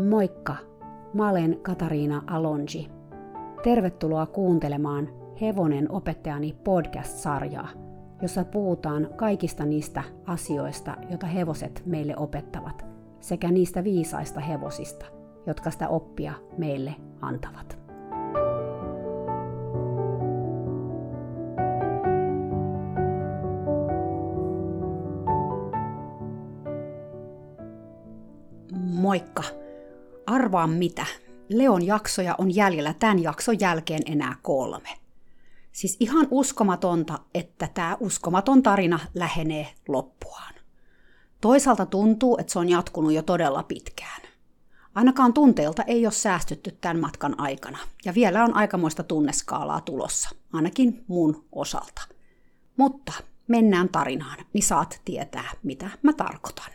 Moikka! Mä olen Katariina Alonji. Tervetuloa kuuntelemaan Hevonen opettajani podcast-sarjaa, jossa puhutaan kaikista niistä asioista, joita hevoset meille opettavat, sekä niistä viisaista hevosista, jotka sitä oppia meille antavat. Moikka! Arvaa mitä? Leon jaksoja on jäljellä tämän jakson jälkeen enää 3. Siis ihan uskomatonta, että tämä uskomaton tarina lähenee loppuaan. Toisaalta tuntuu, että se on jatkunut jo todella pitkään. Ainakaan tunteilta ei ole säästytty tämän matkan aikana, ja vielä on aikamoista tunneskaalaa tulossa, ainakin mun osalta. Mutta mennään tarinaan, niin saat tietää, mitä mä tarkoitan.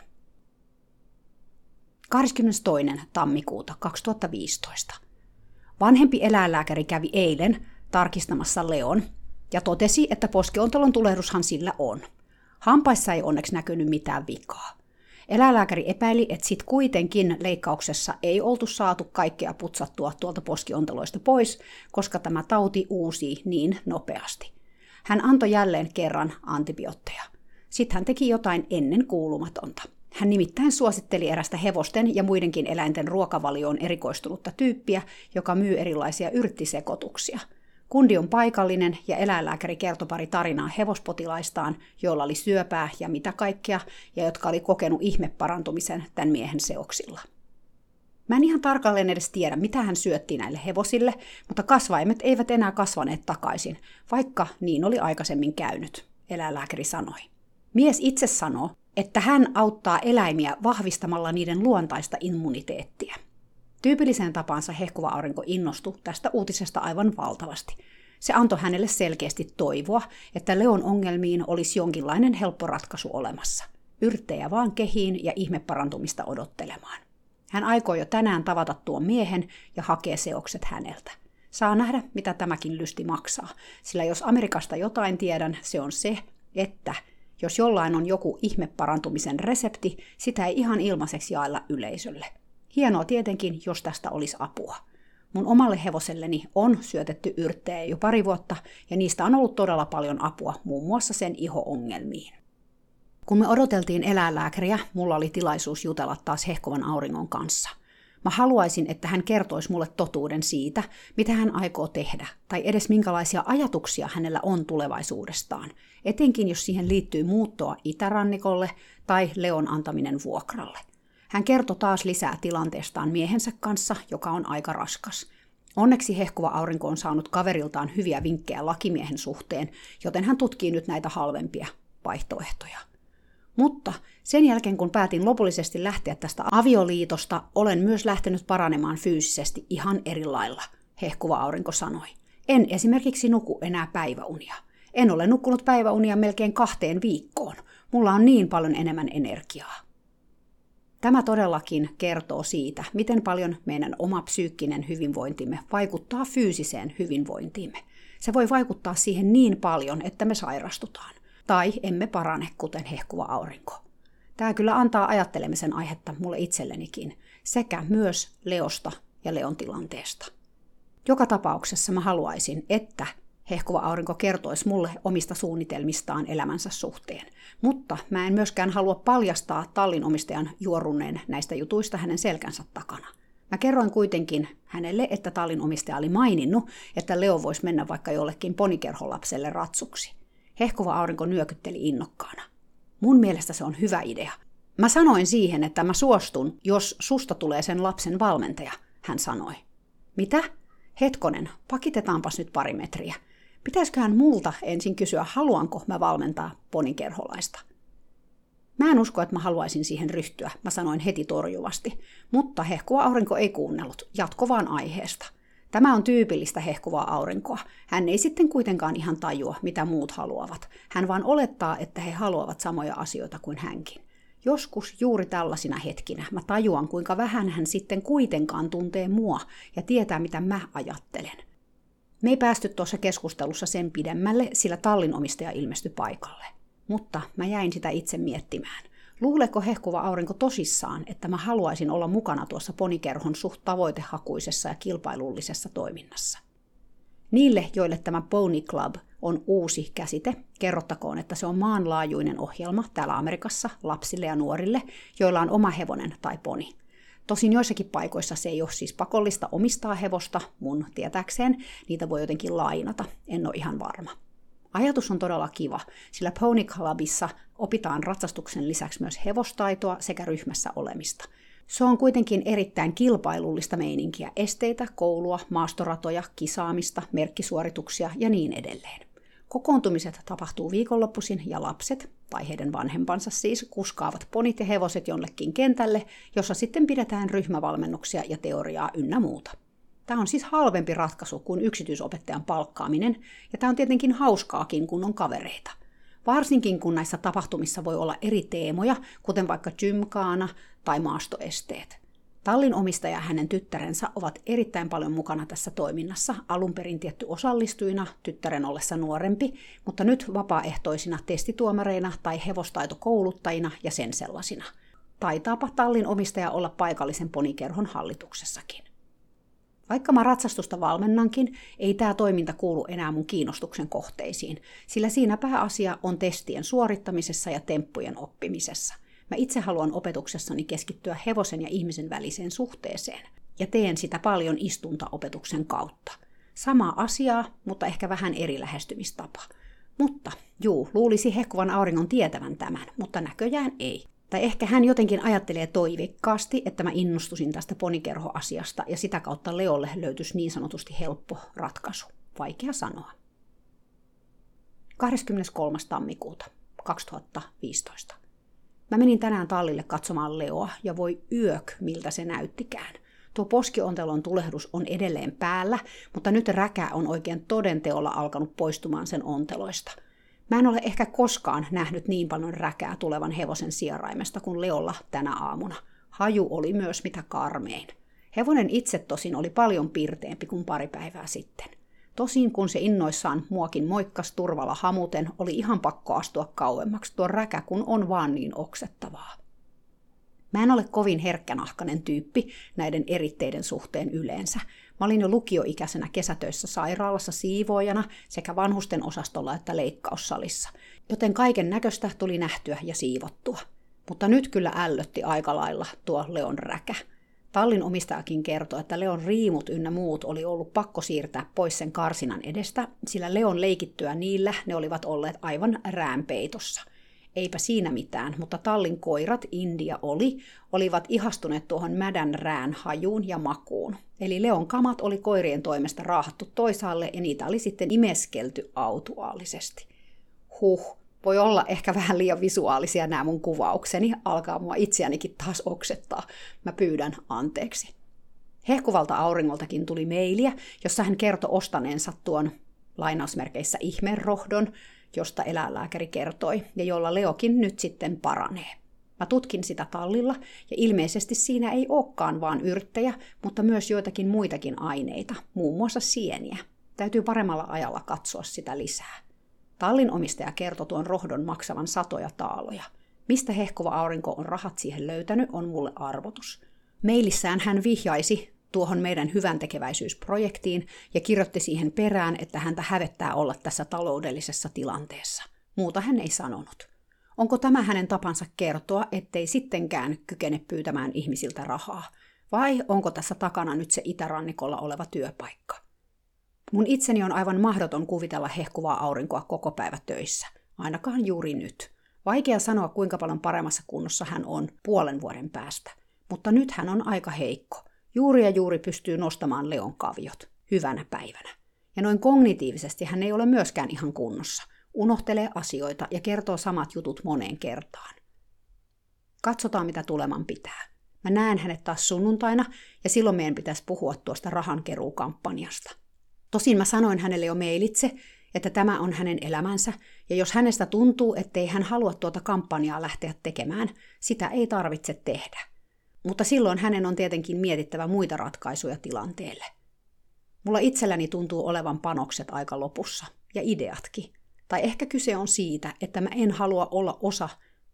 22. tammikuuta 2015. Vanhempi eläinlääkäri kävi eilen tarkistamassa Leon ja totesi, että poskiontelon tulehdushan sillä on. Hampaissa ei onneksi näkynyt mitään vikaa. Eläinlääkäri epäili, että sit kuitenkin leikkauksessa ei oltu saatu kaikkea putsattua tuolta poskionteloista pois, koska tämä tauti uusii niin nopeasti. Hän antoi jälleen kerran antibiootteja. Sitten hän teki jotain ennen kuulumatonta. Hän nimittäin suositteli erästä hevosten ja muidenkin eläinten ruokavalioon erikoistunutta tyyppiä, joka myy erilaisia yrttisekoituksia. Kundi on paikallinen ja eläinlääkäri kertoi pari tarinaa hevospotilaistaan, joilla oli syöpää ja mitä kaikkea, ja jotka oli kokenut ihmeparantumisen tämän miehen seoksilla. Mä en ihan tarkalleen edes tiedä, mitä hän syötti näille hevosille, mutta kasvaimet eivät enää kasvaneet takaisin, vaikka niin oli aikaisemmin käynyt, eläinlääkäri sanoi. Mies itse sanoo, että hän auttaa eläimiä vahvistamalla niiden luontaista immuniteettia. Tyypilliseen tapaansa hehkuva aurinko innostui tästä uutisesta aivan valtavasti. Se antoi hänelle selkeästi toivoa, että Leon ongelmiin olisi jonkinlainen helppo ratkaisu olemassa. Yrttejä vaan kehiin ja ihmeparantumista odottelemaan. Hän aikoo jo tänään tavata tuon miehen ja hakee seokset häneltä. Saa nähdä, mitä tämäkin lysti maksaa, sillä jos Amerikasta jotain tiedän, se on se, että jos jollain on joku ihmeparantumisen resepti, sitä ei ihan ilmaiseksi jaella yleisölle. Hienoa tietenkin, jos tästä olisi apua. Mun omalle hevoselleni on syötetty yrttejä jo 2 vuotta, ja niistä on ollut todella paljon apua, muun muassa sen iho-ongelmiin. Kun me odoteltiin eläinlääkäriä, mulla oli tilaisuus jutella taas hehkuvan auringon kanssa. Mä haluaisin, että hän kertoisi mulle totuuden siitä, mitä hän aikoo tehdä, tai edes minkälaisia ajatuksia hänellä on tulevaisuudestaan, etenkin jos siihen liittyy muuttoa itärannikolle tai Leon antaminen vuokralle. Hän kertoi taas lisää tilanteestaan miehensä kanssa, joka on aika raskas. Onneksi hehkuva aurinko on saanut kaveriltaan hyviä vinkkejä lakimiehen suhteen, joten hän tutkii nyt näitä halvempia vaihtoehtoja. Mutta sen jälkeen, kun päätin lopullisesti lähteä tästä avioliitosta, olen myös lähtenyt paranemaan fyysisesti ihan eri lailla, hehkuva aurinko sanoi. En esimerkiksi nuku enää päiväunia. En ole nukkunut päiväunia melkein 2 viikkoon. Mulla on niin paljon enemmän energiaa. Tämä todellakin kertoo siitä, miten paljon meidän oma psyykkinen hyvinvointimme vaikuttaa fyysiseen hyvinvointiimme. Se voi vaikuttaa siihen niin paljon, että me sairastutaan. Tai emme parane, kuten hehkuva aurinko. Tämä kyllä antaa ajattelemisen aihetta mulle itsellenikin, sekä myös Leosta ja Leon tilanteesta. Joka tapauksessa mä haluaisin, että hehkuva aurinko kertoisi mulle omista suunnitelmistaan elämänsä suhteen. Mutta mä en myöskään halua paljastaa tallinomistajan juorunneen näistä jutuista hänen selkänsä takana. Mä kerroin kuitenkin hänelle, että tallinomistaja oli maininnut, että Leo voisi mennä vaikka jollekin ponikerholapselle ratsuksi. Hehkuva aurinko nyökytteli innokkaana. Mun mielestä se on hyvä idea. Mä sanoin siihen, että mä suostun, jos susta tulee sen lapsen valmentaja, hän sanoi. Mitä? Hetkonen, pakitetaanpas nyt 2 metriä. Pitäisiköhän multa ensin kysyä, haluanko mä valmentaa ponikerholaista? Mä en usko, että mä haluaisin siihen ryhtyä, mä sanoin heti torjuvasti. Mutta hehkuva aurinko ei kuunnellut, jatko vaan aiheesta. Tämä on tyypillistä hehkuvaa aurinkoa. Hän ei sitten kuitenkaan ihan tajua, mitä muut haluavat. Hän vaan olettaa, että he haluavat samoja asioita kuin hänkin. Joskus juuri tällaisina hetkinä mä tajuan, kuinka vähän hän sitten kuitenkaan tuntee mua ja tietää, mitä mä ajattelen. Me ei päästy tuossa keskustelussa sen pidemmälle, sillä tallinomistaja ilmestyi paikalle. Mutta mä jäin sitä itse miettimään. Luuleeko hehkuva aurinko tosissaan, että mä haluaisin olla mukana tuossa ponikerhon suht tavoitehakuisessa ja kilpailullisessa toiminnassa? Niille, joille tämä Pony Club on uusi käsite, kerrottakoon, että se on maanlaajuinen ohjelma täällä Amerikassa lapsille ja nuorille, joilla on oma hevonen tai poni. Tosin joissakin paikoissa se ei ole siis pakollista omistaa hevosta, mun tietääkseen, niitä voi jotenkin lainata, en ole ihan varma. Ajatus on todella kiva, sillä Pony Clubissa opitaan ratsastuksen lisäksi myös hevostaitoa sekä ryhmässä olemista. Se on kuitenkin erittäin kilpailullista meininkiä, esteitä, koulua, maastoratoja, kisaamista, merkkisuorituksia ja niin edelleen. Kokoontumiset tapahtuu viikonloppuisin ja lapset, tai heidän vanhempansa siis, kuskaavat ponit ja hevoset jonnekin kentälle, jossa sitten pidetään ryhmävalmennuksia ja teoriaa ynnä muuta. Tämä on siis halvempi ratkaisu kuin yksityisopettajan palkkaaminen, ja tämä on tietenkin hauskaakin, kun on kavereita. Varsinkin kun näissä tapahtumissa voi olla eri teemoja, kuten vaikka gymkhana tai maastoesteet. Tallin omistaja ja hänen tyttärensä ovat erittäin paljon mukana tässä toiminnassa, alun perin tietty osallistujina, tyttären ollessa nuorempi, mutta nyt vapaaehtoisina testituomareina tai hevostaitokouluttajina ja sen sellaisina. Taitaapa Tallin omistaja olla paikallisen ponikerhon hallituksessakin. Vaikka mä ratsastusta valmennankin, ei tämä toiminta kuulu enää mun kiinnostuksen kohteisiin, sillä siinä pääasia on testien suorittamisessa ja temppujen oppimisessa. Mä itse haluan opetuksessani keskittyä hevosen ja ihmisen väliseen suhteeseen, ja teen sitä paljon istuntaopetuksen kautta. Samaa asiaa, mutta ehkä vähän eri lähestymistapa. Mutta luulisi hehkuvan auringon tietävän tämän, mutta näköjään ei. Tai ehkä hän jotenkin ajattelee toiveikkaasti, että mä innostusin tästä ponikerhoasiasta ja sitä kautta Leolle löytyisi niin sanotusti helppo ratkaisu. Vaikea sanoa. 23. tammikuuta 2015. Mä menin tänään tallille katsomaan Leoa ja voi miltä se näyttikään. Tuo poskiontelon tulehdus on edelleen päällä, mutta nyt räkä on oikein todenteolla alkanut poistumaan sen onteloista. Mä en ole ehkä koskaan nähnyt niin paljon räkää tulevan hevosen sieraimesta kuin Leolla tänä aamuna. Haju oli myös mitä karmein. Hevonen itse tosin oli paljon pirteempi kuin pari päivää sitten. Tosin kun se innoissaan muakin moikkas turvalla hamuten, oli ihan pakko astua kauemmaksi, tuo räkä kun on vaan niin oksettavaa. Mä en ole kovin herkkänahkainen tyyppi näiden eritteiden suhteen yleensä. Mä olin jo lukioikäisenä kesätöissä sairaalassa siivoojana sekä vanhusten osastolla että leikkaussalissa, joten kaiken näköistä tuli nähtyä ja siivottua. Mutta nyt kyllä ällötti aika lailla tuo Leon räkä. Tallin omistajakin kertoi, että Leon riimut ynnä muut oli ollut pakko siirtää pois sen karsinan edestä, sillä Leon leikittyä niillä ne olivat olleet aivan räänpeitossa. Eipä siinä mitään, mutta Tallin koirat, India olivat ihastuneet tuohon mädän rään hajuun ja makuun. Eli Leon kamat oli koirien toimesta raahattu toisaalle ja niitä oli sitten imeskelty autuaalisesti. Voi olla ehkä vähän liian visuaalisia nämä mun kuvaukseni, alkaa mua itseänikin taas oksettaa. Mä pyydän anteeksi. Hehkuvalta auringoltakin tuli mailia, jossa hän kertoi ostaneensa tuon lainausmerkeissä ihmerohdon, josta eläinlääkäri kertoi, ja jolla Leokin nyt sitten paranee. Mä tutkin sitä tallilla, ja ilmeisesti siinä ei olekaan vaan yrttejä, mutta myös joitakin muitakin aineita, muun muassa sieniä. Täytyy paremmalla ajalla katsoa sitä lisää. Tallin omistaja kertoi tuon rohdon maksavan satoja taaloja. Mistä hehkuva aurinko on rahat siihen löytänyt, on mulle arvotus. Mailissään hän vihjaisi tuohon meidän hyväntekeväisyysprojektiin ja kirjoitti siihen perään, että häntä hävettää olla tässä taloudellisessa tilanteessa. Muuta hän ei sanonut. Onko tämä hänen tapansa kertoa, ettei sittenkään kykene pyytämään ihmisiltä rahaa? Vai onko tässä takana nyt se itärannikolla oleva työpaikka? Mun itseni on aivan mahdoton kuvitella hehkuvaa aurinkoa koko päivä töissä, ainakaan juuri nyt. Vaikea sanoa, kuinka paljon paremmassa kunnossa hän on puolen vuoden päästä, mutta nyt hän on aika heikko. Juuri ja juuri pystyy nostamaan Leon kaviot, hyvänä päivänä. Ja noin kognitiivisesti hän ei ole myöskään ihan kunnossa. Unohtelee asioita ja kertoo samat jutut moneen kertaan. Katsotaan, mitä tuleman pitää. Mä näen hänet taas sunnuntaina, ja silloin meidän pitäisi puhua tuosta rahankeruukampanjasta. Tosin mä sanoin hänelle jo mailitse, että tämä on hänen elämänsä, ja jos hänestä tuntuu, ettei hän halua tuota kampanjaa lähteä tekemään, sitä ei tarvitse tehdä. Mutta silloin hänen on tietenkin mietittävä muita ratkaisuja tilanteelle. Mulla itselläni tuntuu olevan panokset aika lopussa, ja ideatkin. Tai ehkä kyse on siitä, että mä en halua olla osa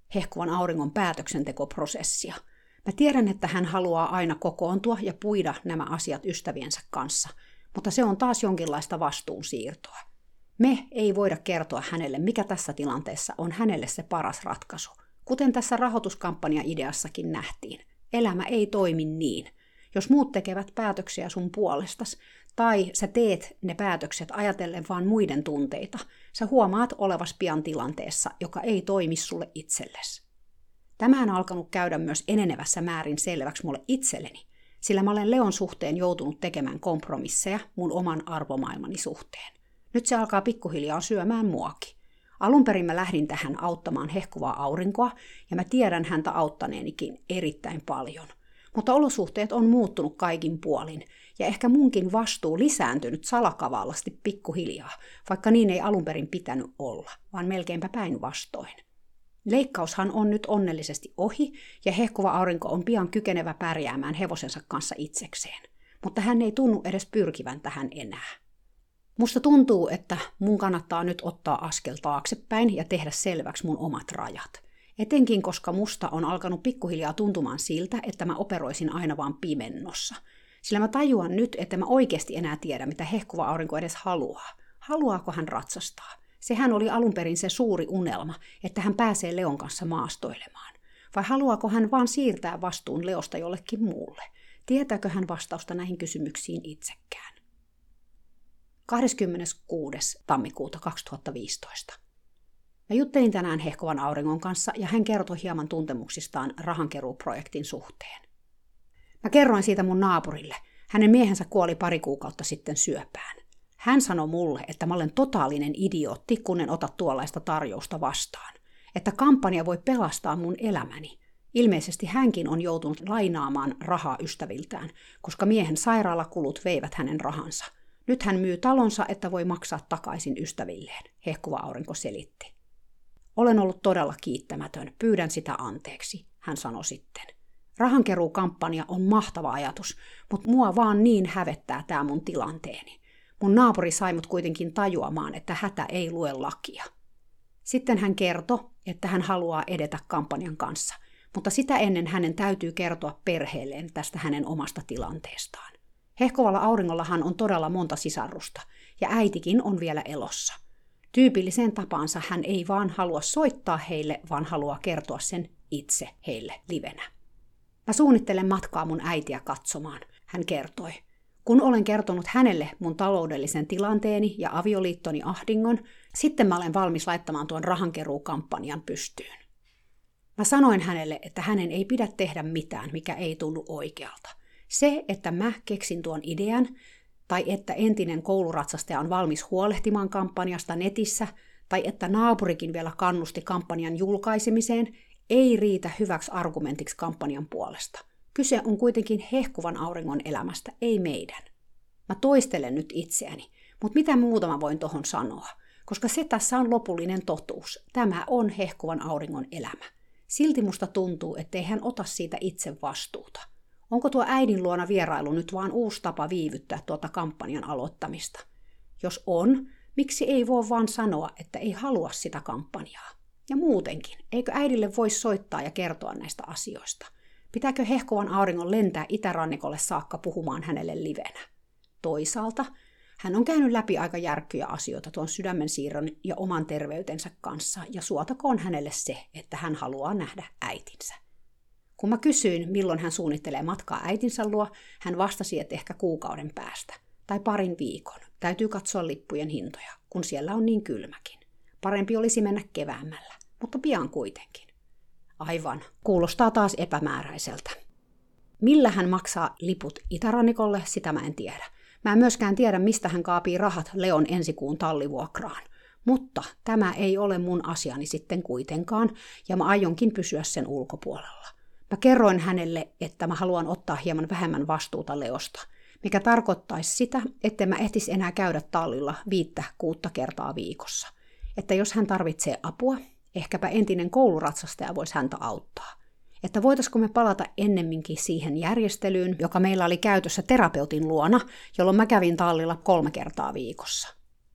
hehkuvan auringon päätöksentekoprosessia. Mä tiedän, että hän haluaa aina kokoontua ja puida nämä asiat ystäviensä kanssa, mutta se on taas jonkinlaista vastuunsiirtoa. Me ei voida kertoa hänelle, mikä tässä tilanteessa on hänelle se paras ratkaisu. Kuten tässä rahoituskampanja-ideassakin nähtiin, elämä ei toimi niin. Jos muut tekevät päätöksiä sun puolestas, tai sä teet ne päätökset ajatellen vaan muiden tunteita, sä huomaat olevas pian tilanteessa, joka ei toimi sulle itsellesi. Tämä on alkanut käydä myös enenevässä määrin selväksi mulle itselleni, sillä mä olen Leon suhteen joutunut tekemään kompromisseja mun oman arvomaailmani suhteen. Nyt se alkaa pikkuhiljaa syömään muakin. Alun perin mä lähdin tähän auttamaan hehkuvaa aurinkoa, ja mä tiedän häntä auttaneenikin erittäin paljon. Mutta olosuhteet on muuttunut kaikin puolin, ja ehkä munkin vastuu lisääntynyt salakavallasti pikkuhiljaa, vaikka niin ei alun perin pitänyt olla, vaan melkeinpä päinvastoin. Leikkaushan on nyt onnellisesti ohi, ja hehkuva aurinko on pian kykenevä pärjäämään hevosensa kanssa itsekseen. Mutta hän ei tunnu edes pyrkivän tähän enää. Musta tuntuu, että mun kannattaa nyt ottaa askel taaksepäin ja tehdä selväksi mun omat rajat. Etenkin, koska musta on alkanut pikkuhiljaa tuntumaan siltä, että mä operoisin aina vaan pimennossa. Sillä mä tajuan nyt, että mä oikeasti enää tiedä, mitä hehkuva aurinko edes haluaa. Haluaako hän ratsastaa? Sehän oli alun perin se suuri unelma, että hän pääsee Leon kanssa maastoilemaan. Vai haluaako hän vaan siirtää vastuun Leosta jollekin muulle? Tietääkö hän vastausta näihin kysymyksiin itsekään? 26. tammikuuta 2015. Mä juttelin tänään hehkuvan auringon kanssa ja hän kertoi hieman tuntemuksistaan rahankeruuprojektin suhteen. Mä kerroin siitä mun naapurille. Hänen miehensä kuoli 2 kuukautta sitten syöpään. Hän sanoi mulle, että mä olen totaalinen idiootti, kun en ota tuollaista tarjousta vastaan. Että kampanja voi pelastaa mun elämäni. Ilmeisesti hänkin on joutunut lainaamaan rahaa ystäviltään, koska miehen sairaalakulut veivät hänen rahansa. Nyt hän myy talonsa, että voi maksaa takaisin ystävilleen, hehkuva aurinko selitti. Olen ollut todella kiittämätön, pyydän sitä anteeksi, hän sanoi sitten. Rahankeruukampanja on mahtava ajatus, mutta mua vaan niin hävettää tää mun tilanteeni. Mun naapuri sai mut kuitenkin tajuamaan, että hätä ei lue lakia. Sitten hän kertoi, että hän haluaa edetä kampanjan kanssa, mutta sitä ennen hänen täytyy kertoa perheelleen tästä hänen omasta tilanteestaan. Hehkuvalla auringollahan on todella monta sisarrusta, ja äitikin on vielä elossa. Tyypilliseen tapaansa hän ei vaan halua soittaa heille, vaan haluaa kertoa sen itse heille livenä. Mä suunnittelen matkaa mun äitiä katsomaan, hän kertoi. Kun olen kertonut hänelle mun taloudellisen tilanteeni ja avioliittoni ahdingon, sitten mä olen valmis laittamaan tuon rahankeruukampanjan pystyyn. Mä sanoin hänelle, että hänen ei pidä tehdä mitään, mikä ei tunnu oikealta. Se, että mä keksin tuon idean, tai että entinen kouluratsastaja on valmis huolehtimaan kampanjasta netissä, tai että naapurikin vielä kannusti kampanjan julkaisemiseen, ei riitä hyväksi argumentiksi kampanjan puolesta. Kyse on kuitenkin hehkuvan auringon elämästä, ei meidän. Mä toistelen nyt itseäni, mutta mitä muuta mä voin tohon sanoa? Koska se tässä on lopullinen totuus. Tämä on hehkuvan auringon elämä. Silti musta tuntuu, ettei hän ota siitä itse vastuuta. Onko tuo äidin luona vierailu nyt vaan uusi tapa viivyttää tuota kampanjan aloittamista? Jos on, miksi ei voi vaan sanoa, että ei halua sitä kampanjaa? Ja muutenkin, eikö äidille voi soittaa ja kertoa näistä asioista? Pitääkö hehkuvan auringon lentää itärannikolle saakka puhumaan hänelle livenä? Toisaalta hän on käynyt läpi aika järkkyjä asioita tuon sydämen siirron ja oman terveytensä kanssa, ja suotakoon hänelle se, että hän haluaa nähdä äitinsä. Kun mä kysyin, milloin hän suunnittelee matkaa äitinsä luo, hän vastasi, että ehkä kuukauden päästä, tai 2 viikon. Täytyy katsoa lippujen hintoja, kun siellä on niin kylmäkin. Parempi olisi mennä keväämällä, mutta pian kuitenkin. Aivan, kuulostaa taas epämääräiseltä. Millä hän maksaa liput itärannikolle, sitä mä en tiedä. Mä en myöskään tiedä, mistä hän kaapii rahat Leon ensi kuun tallivuokraan. Mutta tämä ei ole mun asiani sitten kuitenkaan, ja mä aionkin pysyä sen ulkopuolella. Mä kerroin hänelle, että mä haluan ottaa hieman vähemmän vastuuta Leosta, mikä tarkoittaisi sitä, että mä ehtis enää käydä tallilla 5-6 kertaa viikossa. Että jos hän tarvitsee apua, ehkäpä entinen kouluratsastaja voisi häntä auttaa. Että voitaisiko me palata ennemminkin siihen järjestelyyn, joka meillä oli käytössä terapeutin luona, jolloin mä kävin tallilla 3 kertaa viikossa.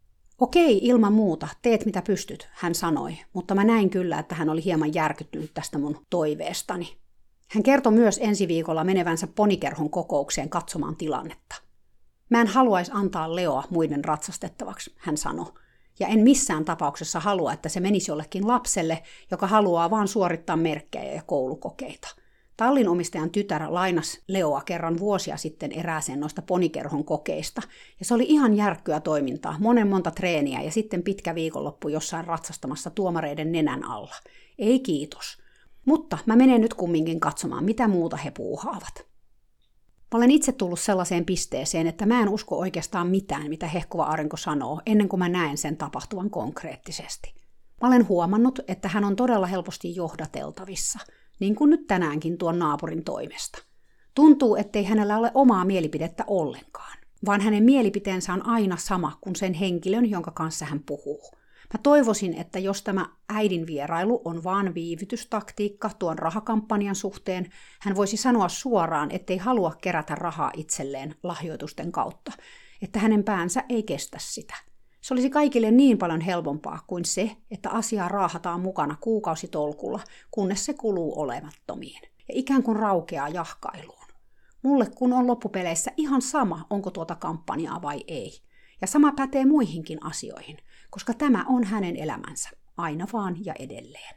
Okei, ilman muuta, teet mitä pystyt, hän sanoi, mutta mä näin kyllä, että hän oli hieman järkyttynyt tästä mun toiveestani. Hän kertoi myös ensi viikolla menevänsä ponikerhon kokoukseen katsomaan tilannetta. Mä en haluaisi antaa Leoa muiden ratsastettavaksi, hän sanoi, ja en missään tapauksessa halua, että se menisi jollekin lapselle, joka haluaa vaan suorittaa merkkejä ja koulukokeita. Tallin omistajan tytär lainasi Leoa kerran vuosia sitten erääseen noista ponikerhon kokeista, ja se oli ihan järkkyä toimintaa, monta treeniä ja sitten pitkä viikonloppu jossain ratsastamassa tuomareiden nenän alla. Ei kiitos. Mutta mä menen nyt kumminkin katsomaan, mitä muuta he puuhaavat. Mä olen itse tullut sellaiseen pisteeseen, että mä en usko oikeastaan mitään, mitä hehkuva aurinko sanoo, ennen kuin mä näen sen tapahtuvan konkreettisesti. Mä olen huomannut, että hän on todella helposti johdateltavissa, niin kuin nyt tänäänkin tuon naapurin toimesta. Tuntuu, ettei hänellä ole omaa mielipidettä ollenkaan, vaan hänen mielipiteensä on aina sama kuin sen henkilön, jonka kanssa hän puhuu. Mä toivoisin, että jos tämä äidin vierailu on vaan viivytystaktiikka tuon rahakampanjan suhteen, hän voisi sanoa suoraan, ettei halua kerätä rahaa itselleen lahjoitusten kautta, että hänen päänsä ei kestä sitä. Se olisi kaikille niin paljon helpompaa kuin se, että asiaa raahataan mukana kuukausitolkulla, kunnes se kuluu olemattomiin ja ikään kuin raukeaa jahkailuun. Mulle kun on loppupeleissä ihan sama, onko tuota kampanjaa vai ei. Ja sama pätee muihinkin asioihin, koska tämä on hänen elämänsä, aina vaan ja edelleen.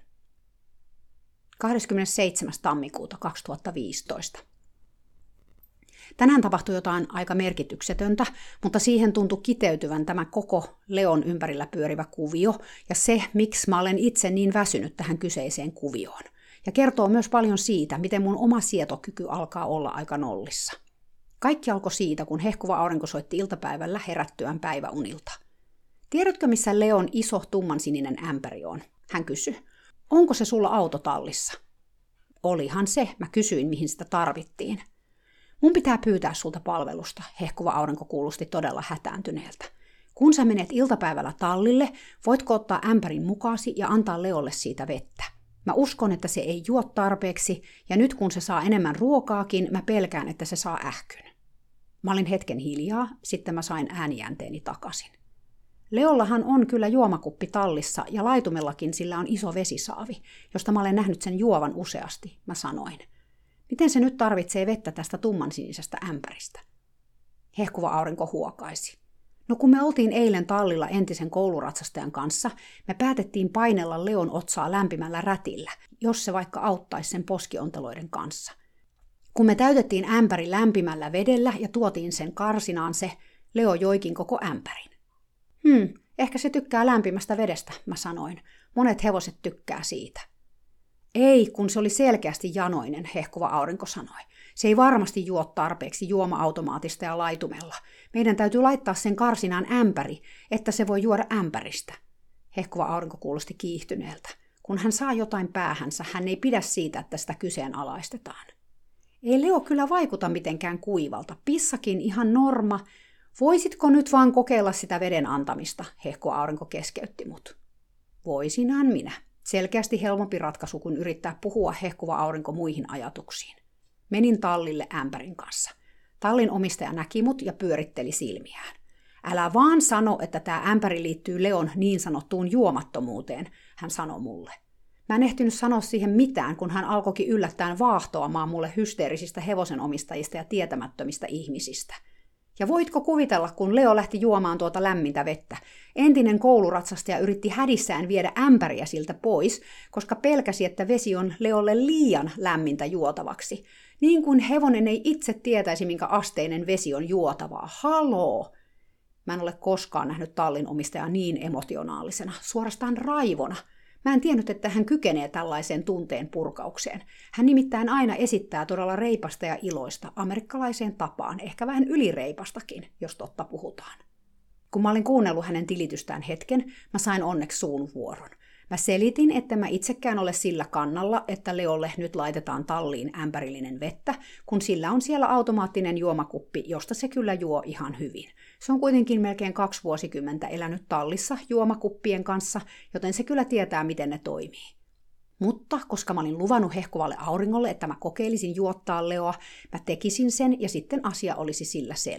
27. tammikuuta 2015. Tänään tapahtui jotain aika merkityksetöntä, mutta siihen tuntui kiteytyvän tämä koko Leon ympärillä pyörivä kuvio ja se, miksi mä olen itse niin väsynyt tähän kyseiseen kuvioon. Ja kertoo myös paljon siitä, miten mun oma sietokyky alkaa olla aika nollissa. Kaikki alkoi siitä, kun hehkuva aurinko soitti iltapäivällä herättyään päiväunilta. Tiedätkö, missä Leon iso tummansininen ämpäri on? Hän kysyi. Onko se sulla autotallissa? Olihan se, mä kysyin, mihin sitä tarvittiin. Mun pitää pyytää sulta palvelusta, hehkuva aurinko kuulosti todella hätääntyneeltä. Kun sä menet iltapäivällä tallille, voitko ottaa ämpärin mukaasi ja antaa Leolle siitä vettä? Mä uskon, että se ei juo tarpeeksi, ja nyt kun se saa enemmän ruokaakin, mä pelkään, että se saa ähkyn. Mä olin hetken hiljaa, sitten mä sain äänijänteeni takaisin. Leollahan on kyllä juomakuppi tallissa, ja laitumellakin sillä on iso vesisaavi, josta mä olen nähnyt sen juovan useasti, mä sanoin. Miten se nyt tarvitsee vettä tästä tummansinisestä ämpäristä? Hehkuva aurinko huokaisi. No kun me oltiin eilen tallilla entisen kouluratsastajan kanssa, me päätettiin painella Leon otsaa lämpimällä rätillä, jos se vaikka auttaisi sen poskionteloiden kanssa. Kun me täytettiin ämpäri lämpimällä vedellä ja tuotiin sen karsinaan se, Leo joikin koko ämpärin. Ehkä se tykkää lämpimästä vedestä, mä sanoin. Monet hevoset tykkää siitä. Ei, kun se oli selkeästi janoinen, hehkuva aurinko sanoi. Se ei varmasti juo tarpeeksi juoma-automaatista ja laitumella. Meidän täytyy laittaa sen karsinaan ämpäri, että se voi juoda ämpäristä. Hehkuva aurinko kuulosti kiihtyneeltä. Kun hän saa jotain päähänsä, hän ei pidä siitä, että sitä kyseenalaistetaan. Ei Leo kyllä vaikuta mitenkään kuivalta. Pissakin ihan norma. Voisitko nyt vaan kokeilla sitä veden antamista, hehkuva aurinko keskeytti mut. Voisinhan minä. Selkeästi helpompi ratkaisu, kun yrittää puhua hehkuva aurinko muihin ajatuksiin. Menin tallille ämpärin kanssa. Tallin omistaja näki mut ja pyöritteli silmiään. Älä vaan sano, että tämä ämpäri liittyy Leon niin sanottuun juomattomuuteen, hän sanoi mulle. Mä en ehtinyt sanoa siihen mitään, kun hän alkoikin yllättäen vaahtoamaan mulle hysteerisistä hevosenomistajista ja tietämättömistä ihmisistä. Ja voitko kuvitella, kun Leo lähti juomaan tuota lämmintä vettä? Entinen kouluratsastaja yritti hädissään viedä ämpäriä siltä pois, koska pelkäsi, että vesi on Leolle liian lämmintä juotavaksi. Niin kuin hevonen ei itse tietäisi, minkä asteinen vesi on juotavaa. Haloo! Mä en ole koskaan nähnyt tallin omistajaa niin emotionaalisena, suorastaan raivona. Mä en tiennyt, että hän kykenee tällaiseen tunteen purkaukseen. Hän nimittäin aina esittää todella reipasta ja iloista, amerikkalaiseen tapaan, ehkä vähän ylireipastakin, jos totta puhutaan. Kun mä olin kuunnellut hänen tilitystään hetken, mä sain onneksi suun vuoron. Mä selitin, että mä itsekään ole sillä kannalla, että Leolle nyt laitetaan talliin ämpärillinen vettä, kun sillä on siellä automaattinen juomakuppi, josta se kyllä juo ihan hyvin. Se on kuitenkin melkein 2 vuosikymmentä elänyt tallissa juomakuppien kanssa, joten se kyllä tietää, miten ne toimii. Mutta koska mä olin luvannut hehkuvalle auringolle, että mä kokeilisin juottaa Leoa, mä tekisin sen ja sitten asia olisi sillä selvä.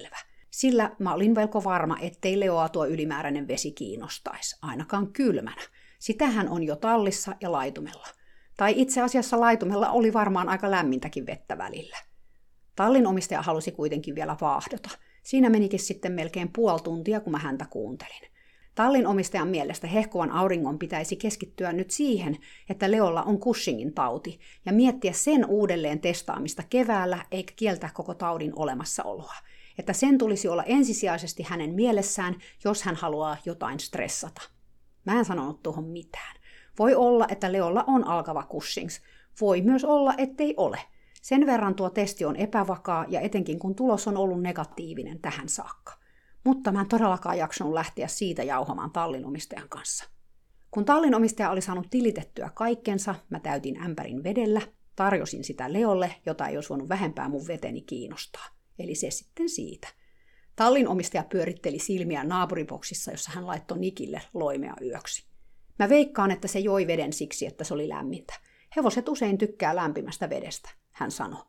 sillä mä olin melko varma, ettei Leoa tuo ylimääräinen vesi kiinnostaisi, ainakaan kylmänä. Sitähän on jo tallissa ja laitumella. Tai itse asiassa laitumella oli varmaan aika lämmintäkin vettä välillä. Tallin omistaja halusi kuitenkin vielä vaahdota. Siinä menikin sitten melkein puoli tuntia, kun mä häntä kuuntelin. Tallin omistajan mielestä hehkuvan auringon pitäisi keskittyä nyt siihen, että Leolla on Cushingin tauti, ja miettiä sen uudelleen testaamista keväällä, eikä kieltää koko taudin olemassaoloa. Että sen tulisi olla ensisijaisesti hänen mielessään, jos hän haluaa jotain stressata. Mä en sanonut tuohon mitään. Voi olla, että Leolla on alkava Cushings. Voi myös olla, ettei ole. Sen verran tuo testi on epävakaa, ja etenkin kun tulos on ollut negatiivinen tähän saakka. Mutta mä en todellakaan jaksanut lähteä siitä jauhamaan tallinomistajan kanssa. Kun tallinomistaja oli saanut tilitettyä kaikkensa, mä täytin ämpärin vedellä, tarjosin sitä Leolle, jota ei olisi voinut vähempää mun veteni kiinnostaa. Eli se sitten siitä. Tallinomistaja pyöritteli silmiä naapuriboksissa, jossa hän laittoi Nikille loimea yöksi. Mä veikkaan, että se joi veden siksi, että se oli lämmintä. Hevoset usein tykkää lämpimästä vedestä, hän sanoi.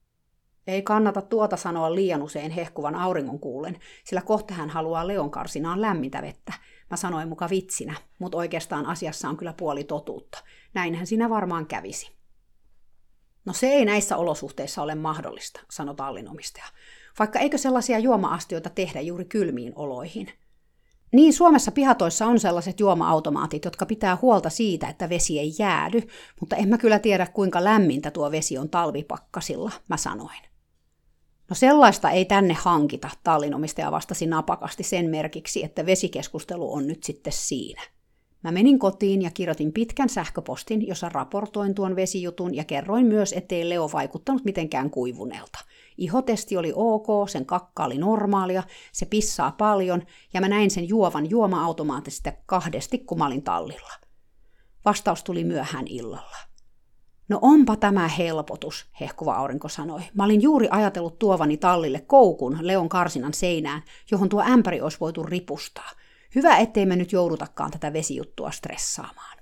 Ei kannata tuota sanoa liian usein hehkuvan auringon kuullen, sillä kohta hän haluaa Leon karsinaan lämmintä vettä. Mä sanoin muka vitsinä, mutta oikeastaan asiassa on kyllä puoli totuutta. Näinhän siinä varmaan kävisi. No se ei näissä olosuhteissa ole mahdollista, sanoi tallinomistaja. Vaikka eikö sellaisia juoma-astioita tehdä juuri kylmiin oloihin? Niin, Suomessa pihatoissa on sellaiset juoma-automaatit, jotka pitää huolta siitä, että vesi ei jäädy, mutta en mä kyllä tiedä, kuinka lämmintä tuo vesi on talvipakkasilla, mä sanoin. No sellaista ei tänne hankita, tallinomistaja vastasi napakasti sen merkiksi, että vesikeskustelu on nyt sitten siinä. Mä menin kotiin ja kirjoitin pitkän sähköpostin, jossa raportoin tuon vesijutun ja kerroin myös, ettei Leo vaikuttanut mitenkään kuivuneelta. Ihotesti oli ok, sen kakka oli normaalia, se pissaa paljon ja mä näin sen juovan juoma-automaattisesti kahdesti, kun mä olin tallilla. Vastaus tuli myöhään illalla. No onpa tämä helpotus, hehkuva aurinko sanoi. Mä olin juuri ajatellut tuovani tallille koukun Leon karsinan seinään, johon tuo ämpäri olisi voitu ripustaa. Hyvä, ettei me nyt joudutakaan tätä vesijuttua stressaamaan.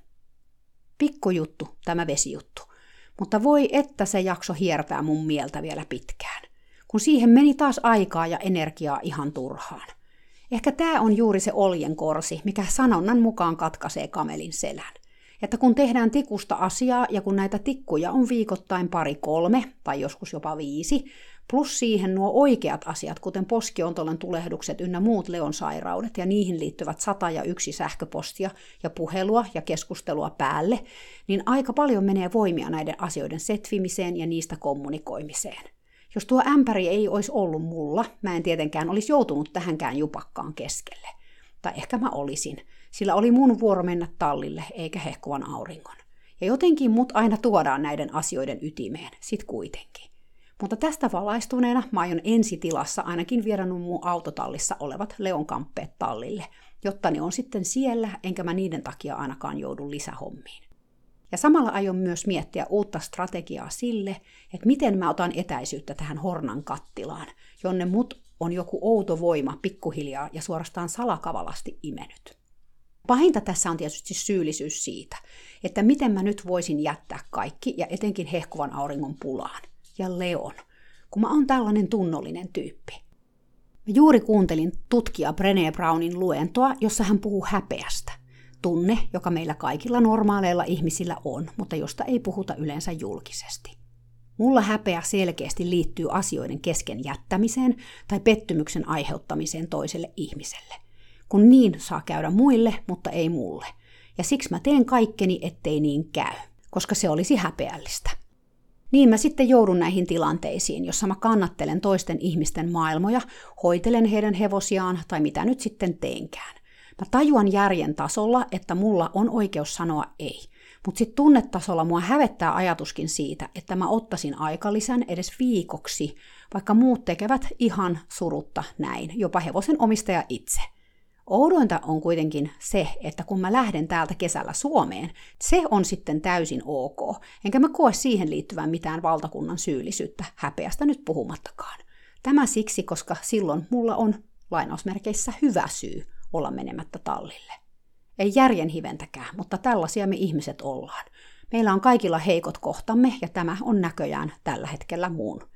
Pikkujuttu tämä vesijuttu, mutta voi että se jakso hiertää mun mieltä vielä pitkään, kun siihen meni taas aikaa ja energiaa ihan turhaan. Ehkä tää on juuri se oljenkorsi, mikä sanonnan mukaan katkaisee kamelin selän. Että kun tehdään tikusta asiaa ja kun näitä tikkuja on viikoittain 2-3 tai joskus jopa 5, plus siihen nuo oikeat asiat, kuten poskiontolan tulehdukset ynnä muut Leon sairaudet ja niihin liittyvät 101 sähköpostia ja puhelua ja keskustelua päälle, niin aika paljon menee voimia näiden asioiden setvimiseen ja niistä kommunikoimiseen. Jos tuo ämpäri ei olisi ollut mulla, mä en tietenkään olisi joutunut tähänkään jupakkaan keskelle. Tai ehkä mä olisin, sillä oli mun vuoro mennä tallille eikä hehkuvan auringon. Ja jotenkin mut aina tuodaan näiden asioiden ytimeen, sit kuitenkin. Mutta tästä valaistuneena mä aion ensitilassa ainakin viedä mun autotallissa olevat Leon kamppeet tallille, jotta ne on sitten siellä, enkä mä niiden takia ainakaan joudu lisähommiin. Ja samalla aion myös miettiä uutta strategiaa sille, että miten mä otan etäisyyttä tähän Hornan kattilaan, jonne mut on joku outo voima pikkuhiljaa ja suorastaan salakavalasti imenyt. Pahinta tässä on tietysti syyllisyys siitä, että miten mä nyt voisin jättää kaikki ja etenkin hehkuvan auringon pulaan. Ja Leon, kun mä oon tällainen tunnollinen tyyppi. Mä juuri kuuntelin tutkija Brené Brownin luentoa, jossa hän puhuu häpeästä. Tunne, joka meillä kaikilla normaaleilla ihmisillä on, mutta josta ei puhuta yleensä julkisesti. Mulla häpeä selkeästi liittyy asioiden kesken jättämiseen tai pettymyksen aiheuttamiseen toiselle ihmiselle. Kun niin saa käydä muille, mutta ei mulle. Ja siksi mä teen kaikkeni, ettei niin käy, koska se olisi häpeällistä. Niin mä sitten joudun näihin tilanteisiin, jossa mä kannattelen toisten ihmisten maailmoja, hoitelen heidän hevosiaan tai mitä nyt sitten teenkään. Mä tajuan järjen tasolla, että mulla on oikeus sanoa ei. Mutta sitten tunnetasolla mua hävettää ajatuskin siitä, että mä ottaisin aikalisän edes viikoksi, vaikka muut tekevät ihan surutta näin, jopa hevosen omistaja itse. Oudointa on kuitenkin se, että kun mä lähden täältä kesällä Suomeen, se on sitten täysin ok, enkä mä koe siihen liittyvän mitään valtakunnan syyllisyyttä, häpeästä nyt puhumattakaan. Tämä siksi, koska silloin mulla on lainausmerkeissä hyvä syy olla menemättä tallille. Ei järjen hiventäkään, mutta tällaisia me ihmiset ollaan. Meillä on kaikilla heikot kohtamme ja tämä on näköjään tällä hetkellä mun.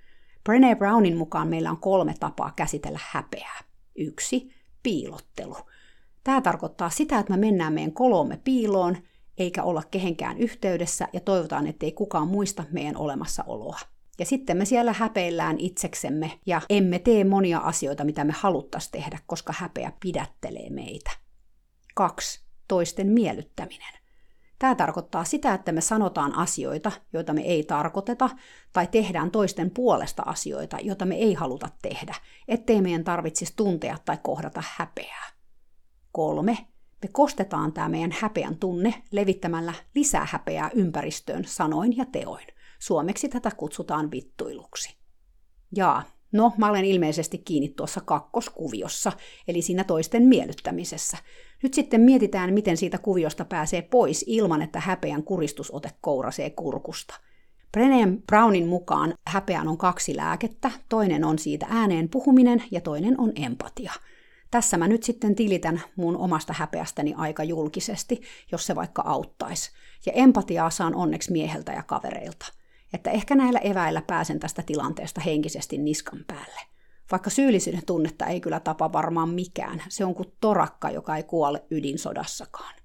Brené Brownin mukaan meillä on 3 tapaa käsitellä häpeää. 1. Piilottelu. Tämä tarkoittaa sitä, että me mennään meidän koloomme piiloon, eikä olla kehenkään yhteydessä ja toivotaan, ettei kukaan muista meidän olemassaoloa. Ja sitten me siellä häpeillään itseksemme ja emme tee monia asioita, mitä me haluttaisiin tehdä, koska häpeä pidättelee meitä. 2. Toisten miellyttäminen. Tämä tarkoittaa sitä, että me sanotaan asioita, joita me ei tarkoiteta, tai tehdään toisten puolesta asioita, joita me ei haluta tehdä, ettei meidän tarvitsisi tuntea tai kohdata häpeää. 3. Me kostetaan tämä meidän häpeän tunne levittämällä lisää häpeää ympäristöön sanoin ja teoin. Suomeksi tätä kutsutaan vittuiluksi. Mä olen ilmeisesti kiinni tuossa kakkoskuviossa, eli siinä toisten miellyttämisessä. Nyt sitten mietitään, miten siitä kuviosta pääsee pois ilman, että häpeän kuristusote kourasee kurkusta. Brené Brownin mukaan häpeän on 2 lääkettä, toinen on siitä ääneen puhuminen ja toinen on empatia. Tässä mä nyt sitten tilitän mun omasta häpeästäni aika julkisesti, jos se vaikka auttaisi. Ja empatiaa saan onneksi mieheltä ja kavereilta. Että ehkä näillä eväillä pääsen tästä tilanteesta henkisesti niskan päälle. Vaikka syyllisyyden tunnetta ei kyllä tapa varmaan mikään, se on kuin torakka, joka ei kuole ydinsodassakaan.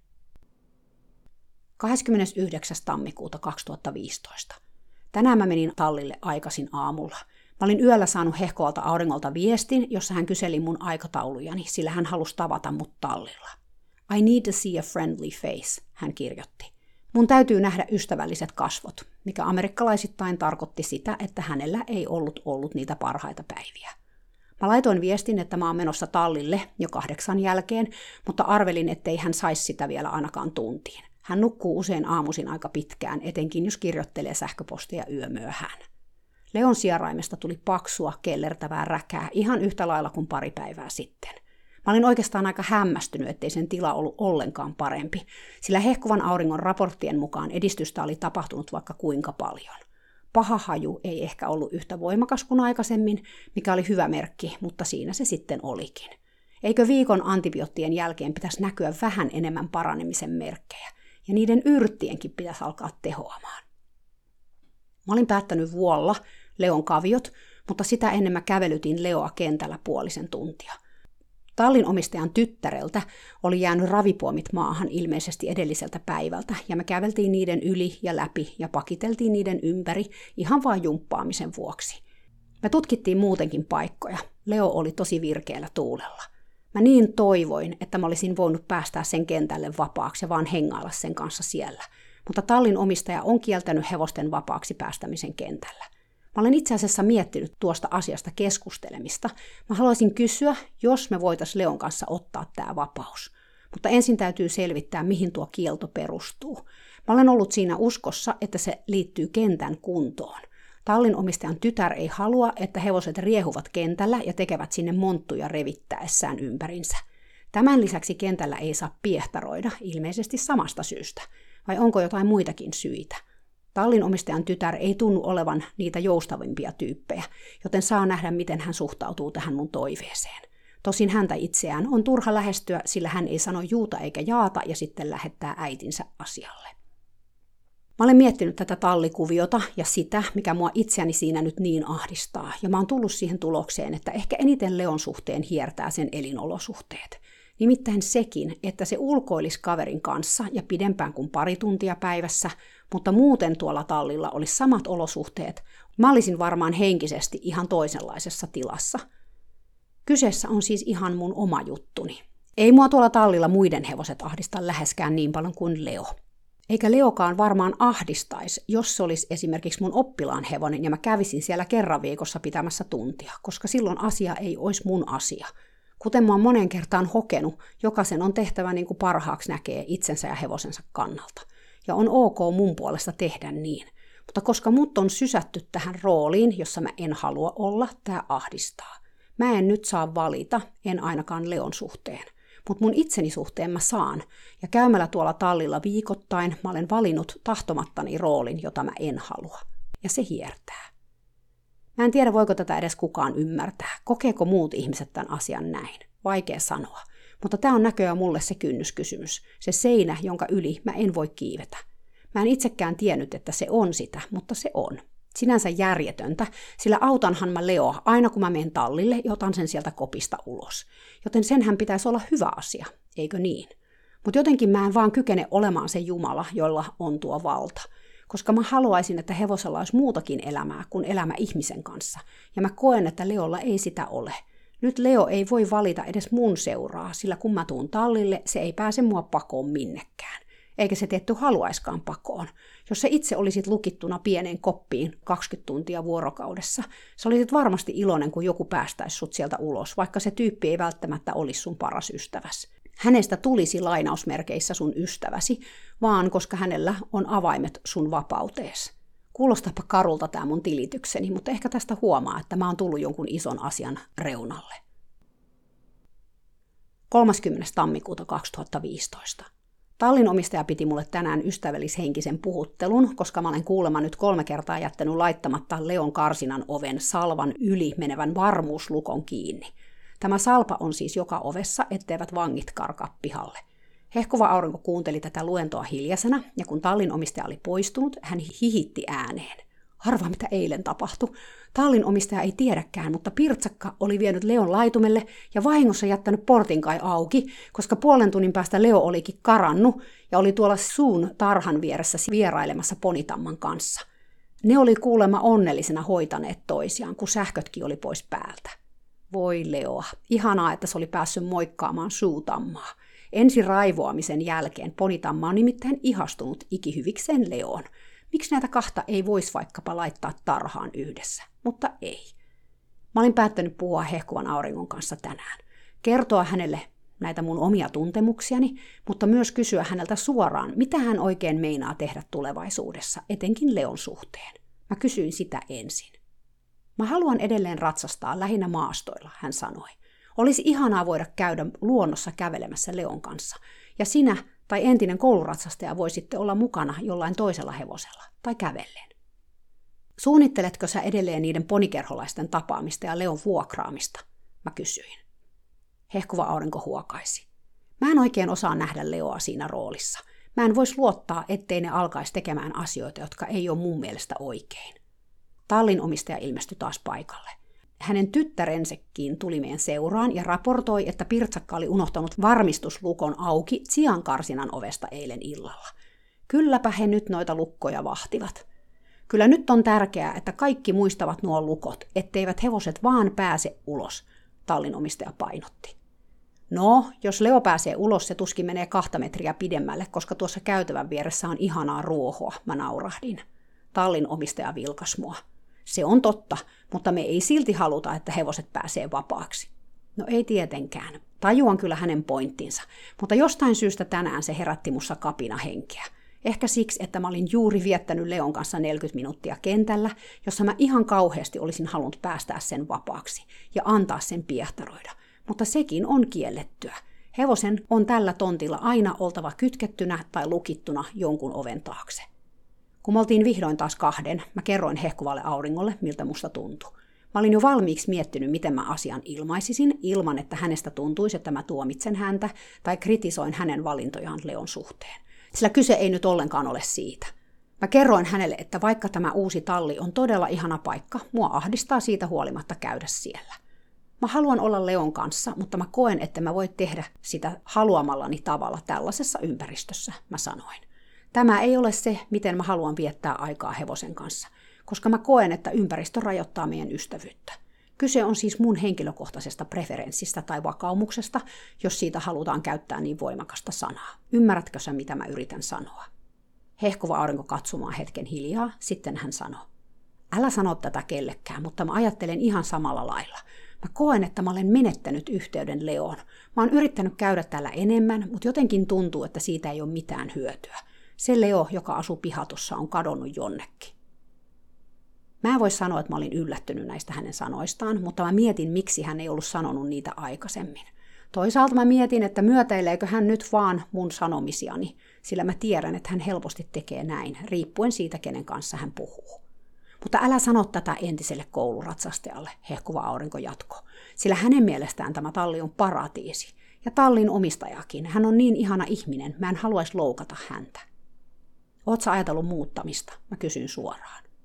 29. tammikuuta 2015. Tänään mä menin tallille aikaisin aamulla. Mä olin yöllä saanut hehkoalta auringolta viestin, jossa hän kyseli mun aikataulujani, sillä hän halusi tavata mut tallilla. I need to see a friendly face, hän kirjoitti. Mun täytyy nähdä ystävälliset kasvot, mikä amerikkalaisittain tarkoitti sitä, että hänellä ei ollut niitä parhaita päiviä. Mä laitoin viestin, että mä oon menossa tallille jo 8 jälkeen, mutta arvelin, ettei hän saisi sitä vielä ainakaan tuntiin. Hän nukkuu usein aamuisin aika pitkään, etenkin jos kirjoittelee sähköposteja yömyöhään. Leon sieraimesta tuli paksua, kellertävää räkää ihan yhtä lailla kuin pari päivää sitten. Mä olin oikeastaan aika hämmästynyt, ettei sen tila ollut ollenkaan parempi, sillä hehkuvan auringon raporttien mukaan edistystä oli tapahtunut vaikka kuinka paljon. Paha haju ei ehkä ollut yhtä voimakas kuin aikaisemmin, mikä oli hyvä merkki, mutta siinä se sitten olikin. Eikö viikon antibioottien jälkeen pitäisi näkyä vähän enemmän paranemisen merkkejä, ja niiden yrttienkin pitäisi alkaa tehoamaan. Mä olin päättänyt vuolla Leon kaviot, mutta sitä ennen mä kävelytin Leoa kentällä puolisen tuntia. Tallin omistajan tyttäreltä oli jäänyt ravipuomit maahan ilmeisesti edelliseltä päivältä, ja me käveltiin niiden yli ja läpi ja pakiteltiin niiden ympäri ihan vain jumppaamisen vuoksi. Me tutkittiin muutenkin paikkoja. Leo oli tosi virkeällä tuulella. Mä niin toivoin, että mä olisin voinut päästää sen kentälle vapaaksi ja vaan hengailla sen kanssa siellä. Mutta tallin omistaja on kieltänyt hevosten vapaaksi päästämisen kentällä. Mä olen itse asiassa miettinyt tuosta asiasta keskustelemista. Mä haluaisin kysyä, jos me voitaisiin Leon kanssa ottaa tämä vapaus. Mutta ensin täytyy selvittää, mihin tuo kielto perustuu. Mä olen ollut siinä uskossa, että se liittyy kentän kuntoon. Tallin omistajan tytär ei halua, että hevoset riehuvat kentällä ja tekevät sinne monttuja revittäessään ympärinsä. Tämän lisäksi kentällä ei saa piehtaroida, ilmeisesti samasta syystä. Vai onko jotain muitakin syitä? Tallin omistajan tytär ei tunnu olevan niitä joustavimpia tyyppejä, joten saa nähdä, miten hän suhtautuu tähän mun toiveeseen. Tosin häntä itseään on turha lähestyä, sillä hän ei sano juuta eikä jaata ja sitten lähettää äitinsä asialle. Mä olen miettinyt tätä tallikuviota ja sitä, mikä mua itseäni siinä nyt niin ahdistaa, ja mä oon tullut siihen tulokseen, että ehkä eniten Leon suhteen hiertää sen elinolosuhteet. Nimittäin sekin, että se ulkoilisi kaverin kanssa ja pidempään kuin 2 tuntia päivässä, mutta muuten tuolla tallilla olisi samat olosuhteet. Mä olisin varmaan henkisesti ihan toisenlaisessa tilassa. Kyseessä on siis ihan mun oma juttuni. Ei mua tuolla tallilla muiden hevoset ahdista läheskään niin paljon kuin Leo. Eikä Leokaan varmaan ahdistaisi, jos se olisi esimerkiksi mun oppilaan hevonen ja mä kävisin siellä kerran viikossa pitämässä tuntia, koska silloin asia ei olisi mun asia. Kuten mä oon monen kertaan hokenut, jokaisen on tehtävä niin kuin parhaaksi näkee itsensä ja hevosensa kannalta. Ja on ok mun puolesta tehdä niin. Mutta koska mut on sysätty tähän rooliin, jossa mä en halua olla, tää ahdistaa. Mä en nyt saa valita, en ainakaan Leon suhteen. Mutta mun itseni suhteen mä saan. Ja käymällä tuolla tallilla viikoittain mä olen valinnut tahtomattani roolin, jota mä en halua. Ja se hiertää. Mä en tiedä, voiko tätä edes kukaan ymmärtää. Kokeeko muut ihmiset tämän asian näin? Vaikea sanoa. Mutta tämä on näköjään mulle se kynnyskysymys. Se seinä, jonka yli mä en voi kiivetä. Mä en itsekään tiennyt, että se on sitä, mutta se on. Sinänsä järjetöntä, sillä autanhan mä Leoa aina kun mä menen tallille ja otan sen sieltä kopista ulos. Joten senhän pitäisi olla hyvä asia, eikö niin? Mutta jotenkin mä en vaan kykene olemaan se Jumala, jolla on tuo valta. Koska mä haluaisin, että hevosella olisi muutakin elämää kuin elämä ihmisen kanssa. Ja mä koen, että Leolla ei sitä ole. Nyt Leo ei voi valita edes mun seuraa, sillä kun mä tuun tallille, se ei pääse mua pakoon minnekään. Eikä se tietty haluaiskaan pakoon. Jos se itse olisit lukittuna pieneen koppiin 20 tuntia vuorokaudessa, sä olisit varmasti iloinen, kun joku päästäisi sut sieltä ulos, vaikka se tyyppi ei välttämättä olisi sun paras ystäväsi. Hänestä tulisi lainausmerkeissä sun ystäväsi, vaan koska hänellä on avaimet sun vapautees. Kuulostapa karulta tää mun tilitykseni, mutta ehkä tästä huomaa, että mä oon tullut jonkun ison asian reunalle. 30. tammikuuta 2015. Tallin omistaja piti mulle tänään ystävällishenkisen puhuttelun, koska mä olen kuulemma nyt 3 kertaa jättänyt laittamatta Leon karsinan oven salvan yli menevän varmuuslukon kiinni. Tämä salpa on siis joka ovessa, etteivät vangit karkaa pihalle. Hehkuva aurinko kuunteli tätä luentoa hiljaisena, ja kun tallin omistaja oli poistunut, hän hihitti ääneen. Arvaa, mitä eilen tapahtui. Tallin omistaja ei tiedäkään, mutta pirtsakka oli vienyt Leon laitumelle ja vahingossa jättänyt portin kai auki, koska 0,5 tunnin päästä Leo olikin karannut ja oli tuolla suun tarhan vieressä vierailemassa ponitamman kanssa. Ne oli kuulemma onnellisena hoitaneet toisiaan, kun sähkötkin oli pois päältä. Voi Leoa, ihanaa, että se oli päässyt moikkaamaan suutammaa. Ensi raivoamisen jälkeen ponitamma on nimittäin ihastunut ikihyvikseen Leoon. Miksi näitä kahta ei voisi vaikkapa laittaa tarhaan yhdessä? Mutta ei. Mä olin päättänyt puhua hehkuvan auringon kanssa tänään. Kertoa hänelle näitä mun omia tuntemuksiani, mutta myös kysyä häneltä suoraan, mitä hän oikein meinaa tehdä tulevaisuudessa, etenkin Leon suhteen. Mä kysyin sitä ensin. Mä haluan edelleen ratsastaa lähinnä maastoilla, hän sanoi. Olisi ihanaa voida käydä luonnossa kävelemässä Leon kanssa, ja sinä tai entinen kouluratsastaja voisitte olla mukana jollain toisella hevosella tai kävellen. Suunnitteletko sä edelleen niiden ponikerholaisten tapaamista ja Leon vuokraamista? Mä kysyin. Hehkuva aurinko huokaisi. Mä en oikein osaa nähdä Leoa siinä roolissa. Mä en vois luottaa, ettei ne alkaisi tekemään asioita, jotka ei ole mun mielestä oikein. Tallin omistaja ilmestyi taas paikalle. Hänen tyttärensäkin tuli meidän seuraan ja raportoi, että pirtsakka oli unohtanut varmistuslukon auki siankarsinan ovesta eilen illalla. Kylläpä he nyt noita lukkoja vahtivat. Kyllä nyt on tärkeää, että kaikki muistavat nuo lukot, etteivät hevoset vaan pääse ulos, tallin omistaja painotti. No, jos Leo pääsee ulos, se tuskin menee 2 metriä pidemmälle, koska tuossa käytävän vieressä on ihanaa ruohoa, mä naurahdin. Tallin omistaja vilkas mua. Se on totta, mutta me ei silti haluta, että hevoset pääsee vapaaksi. No ei tietenkään. Tajuan kyllä hänen pointtinsa, mutta jostain syystä tänään se herätti mussa kapinahenkeä. Ehkä siksi, että mä olin juuri viettänyt Leon kanssa 40 minuuttia kentällä, jossa mä ihan kauheasti olisin halunnut päästää sen vapaaksi ja antaa sen piehtaroida. Mutta sekin on kiellettyä. Hevosen on tällä tontilla aina oltava kytkettynä tai lukittuna jonkun oven taakse. Kun me oltiin vihdoin taas 2, mä kerroin hehkuvalle auringolle, miltä musta tuntui. Mä olin jo valmiiksi miettinyt, miten mä asian ilmaisisin, ilman että hänestä tuntuisi, että mä tuomitsen häntä tai kritisoin hänen valintojaan Leon suhteen. Sillä kyse ei nyt ollenkaan ole siitä. Mä kerroin hänelle, että vaikka tämä uusi talli on todella ihana paikka, mua ahdistaa siitä huolimatta käydä siellä. Mä haluan olla Leon kanssa, mutta mä koen, että mä voin tehdä sitä haluamallani tavalla tällaisessa ympäristössä, mä sanoin. Tämä ei ole se, miten mä haluan viettää aikaa hevosen kanssa, koska mä koen, että ympäristö rajoittaa meidän ystävyyttä. Kyse on siis mun henkilökohtaisesta preferenssistä tai vakaumuksesta, jos siitä halutaan käyttää niin voimakasta sanaa. Ymmärrätkö sä, mitä mä yritän sanoa? Hehkuva aurinko katsomaan hetken hiljaa, sitten hän sanoi. Älä sano tätä kellekään, mutta mä ajattelen ihan samalla lailla. Mä koen, että mä olen menettänyt yhteyden Leoon. Mä oon yrittänyt käydä täällä enemmän, mutta jotenkin tuntuu, että siitä ei ole mitään hyötyä. Se Leo, joka asuu pihatossa, on kadonnut jonnekin. Mä en voi sanoa, että mä olin yllättynyt näistä hänen sanoistaan, mutta mä mietin, miksi hän ei ollut sanonut niitä aikaisemmin. Toisaalta mä mietin, että myötäileekö hän nyt vaan mun sanomisiani, sillä mä tiedän, että hän helposti tekee näin, riippuen siitä, kenen kanssa hän puhuu. Mutta älä sano tätä entiselle kouluratsastajalle, hehkuva aurinko jatkoi, sillä hänen mielestään tämä talli on paratiisi. Ja tallin omistajakin, hän on niin ihana ihminen, mä en haluaisi loukata häntä. Oot sä ajatellut muuttamista? Mä kysyin suoraan.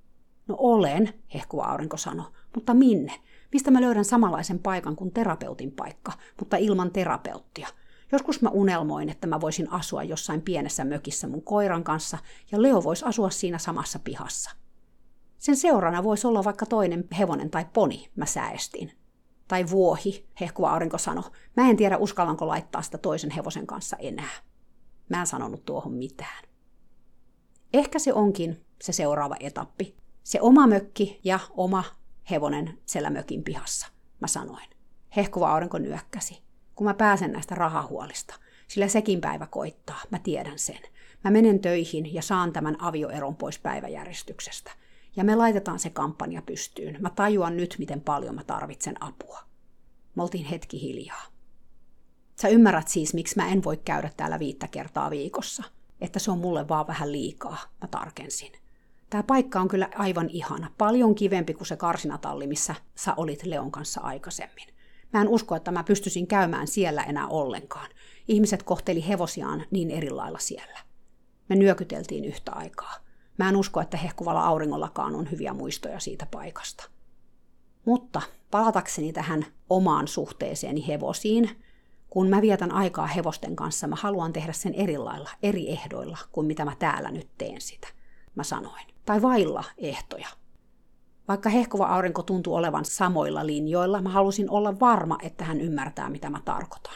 No olen, hehkuva aurinko sanoi, mutta minne? Mistä mä löydän samanlaisen paikan kuin terapeutin paikka, mutta ilman terapeuttia? Joskus mä unelmoin, että mä voisin asua jossain pienessä mökissä mun koiran kanssa, ja Leo voisi asua siinä samassa pihassa. Sen seurana voisi olla vaikka toinen hevonen tai poni, mä säestin. Tai vuohi, hehkuva aurinko sanoi. Mä en tiedä, uskallanko laittaa sitä toisen hevosen kanssa enää. Mä en sanonut tuohon mitään. Ehkä se onkin se seuraava etappi. Se oma mökki ja oma hevonen siellä mökin pihassa, mä sanoin. Hehkuva aurinko nyökkäsi. Kun mä pääsen näistä rahahuolista, sillä sekin päivä koittaa, mä tiedän sen. Mä menen töihin ja saan tämän avioeron pois päiväjärjestyksestä. Ja me laitetaan se kampanja pystyyn. Mä tajuan nyt, miten paljon mä tarvitsen apua. Me oltiin hetki hiljaa. Sä ymmärrät siis, miksi mä en voi käydä täällä 5 kertaa viikossa. Että se on mulle vaan vähän liikaa, mä tarkensin. Tää paikka on kyllä aivan ihana, paljon kivempi kuin se karsinatalli, missä sä olit Leon kanssa aikaisemmin. Mä en usko, että mä pystyisin käymään siellä enää ollenkaan. Ihmiset kohteli hevosiaan niin eri lailla siellä. Me nyökyteltiin yhtä aikaa. Mä en usko, että hehkuvalla auringollakaan on hyviä muistoja siitä paikasta. Mutta palatakseni tähän omaan suhteeseeni hevosiin, kun mä vietän aikaa hevosten kanssa, mä haluan tehdä sen eri lailla, eri ehdoilla kuin mitä mä täällä nyt teen sitä, mä sanoin. Tai vailla ehtoja. Vaikka hehkuva aurinko tuntui olevan samoilla linjoilla, mä halusin olla varma, että hän ymmärtää, mitä mä tarkoitan.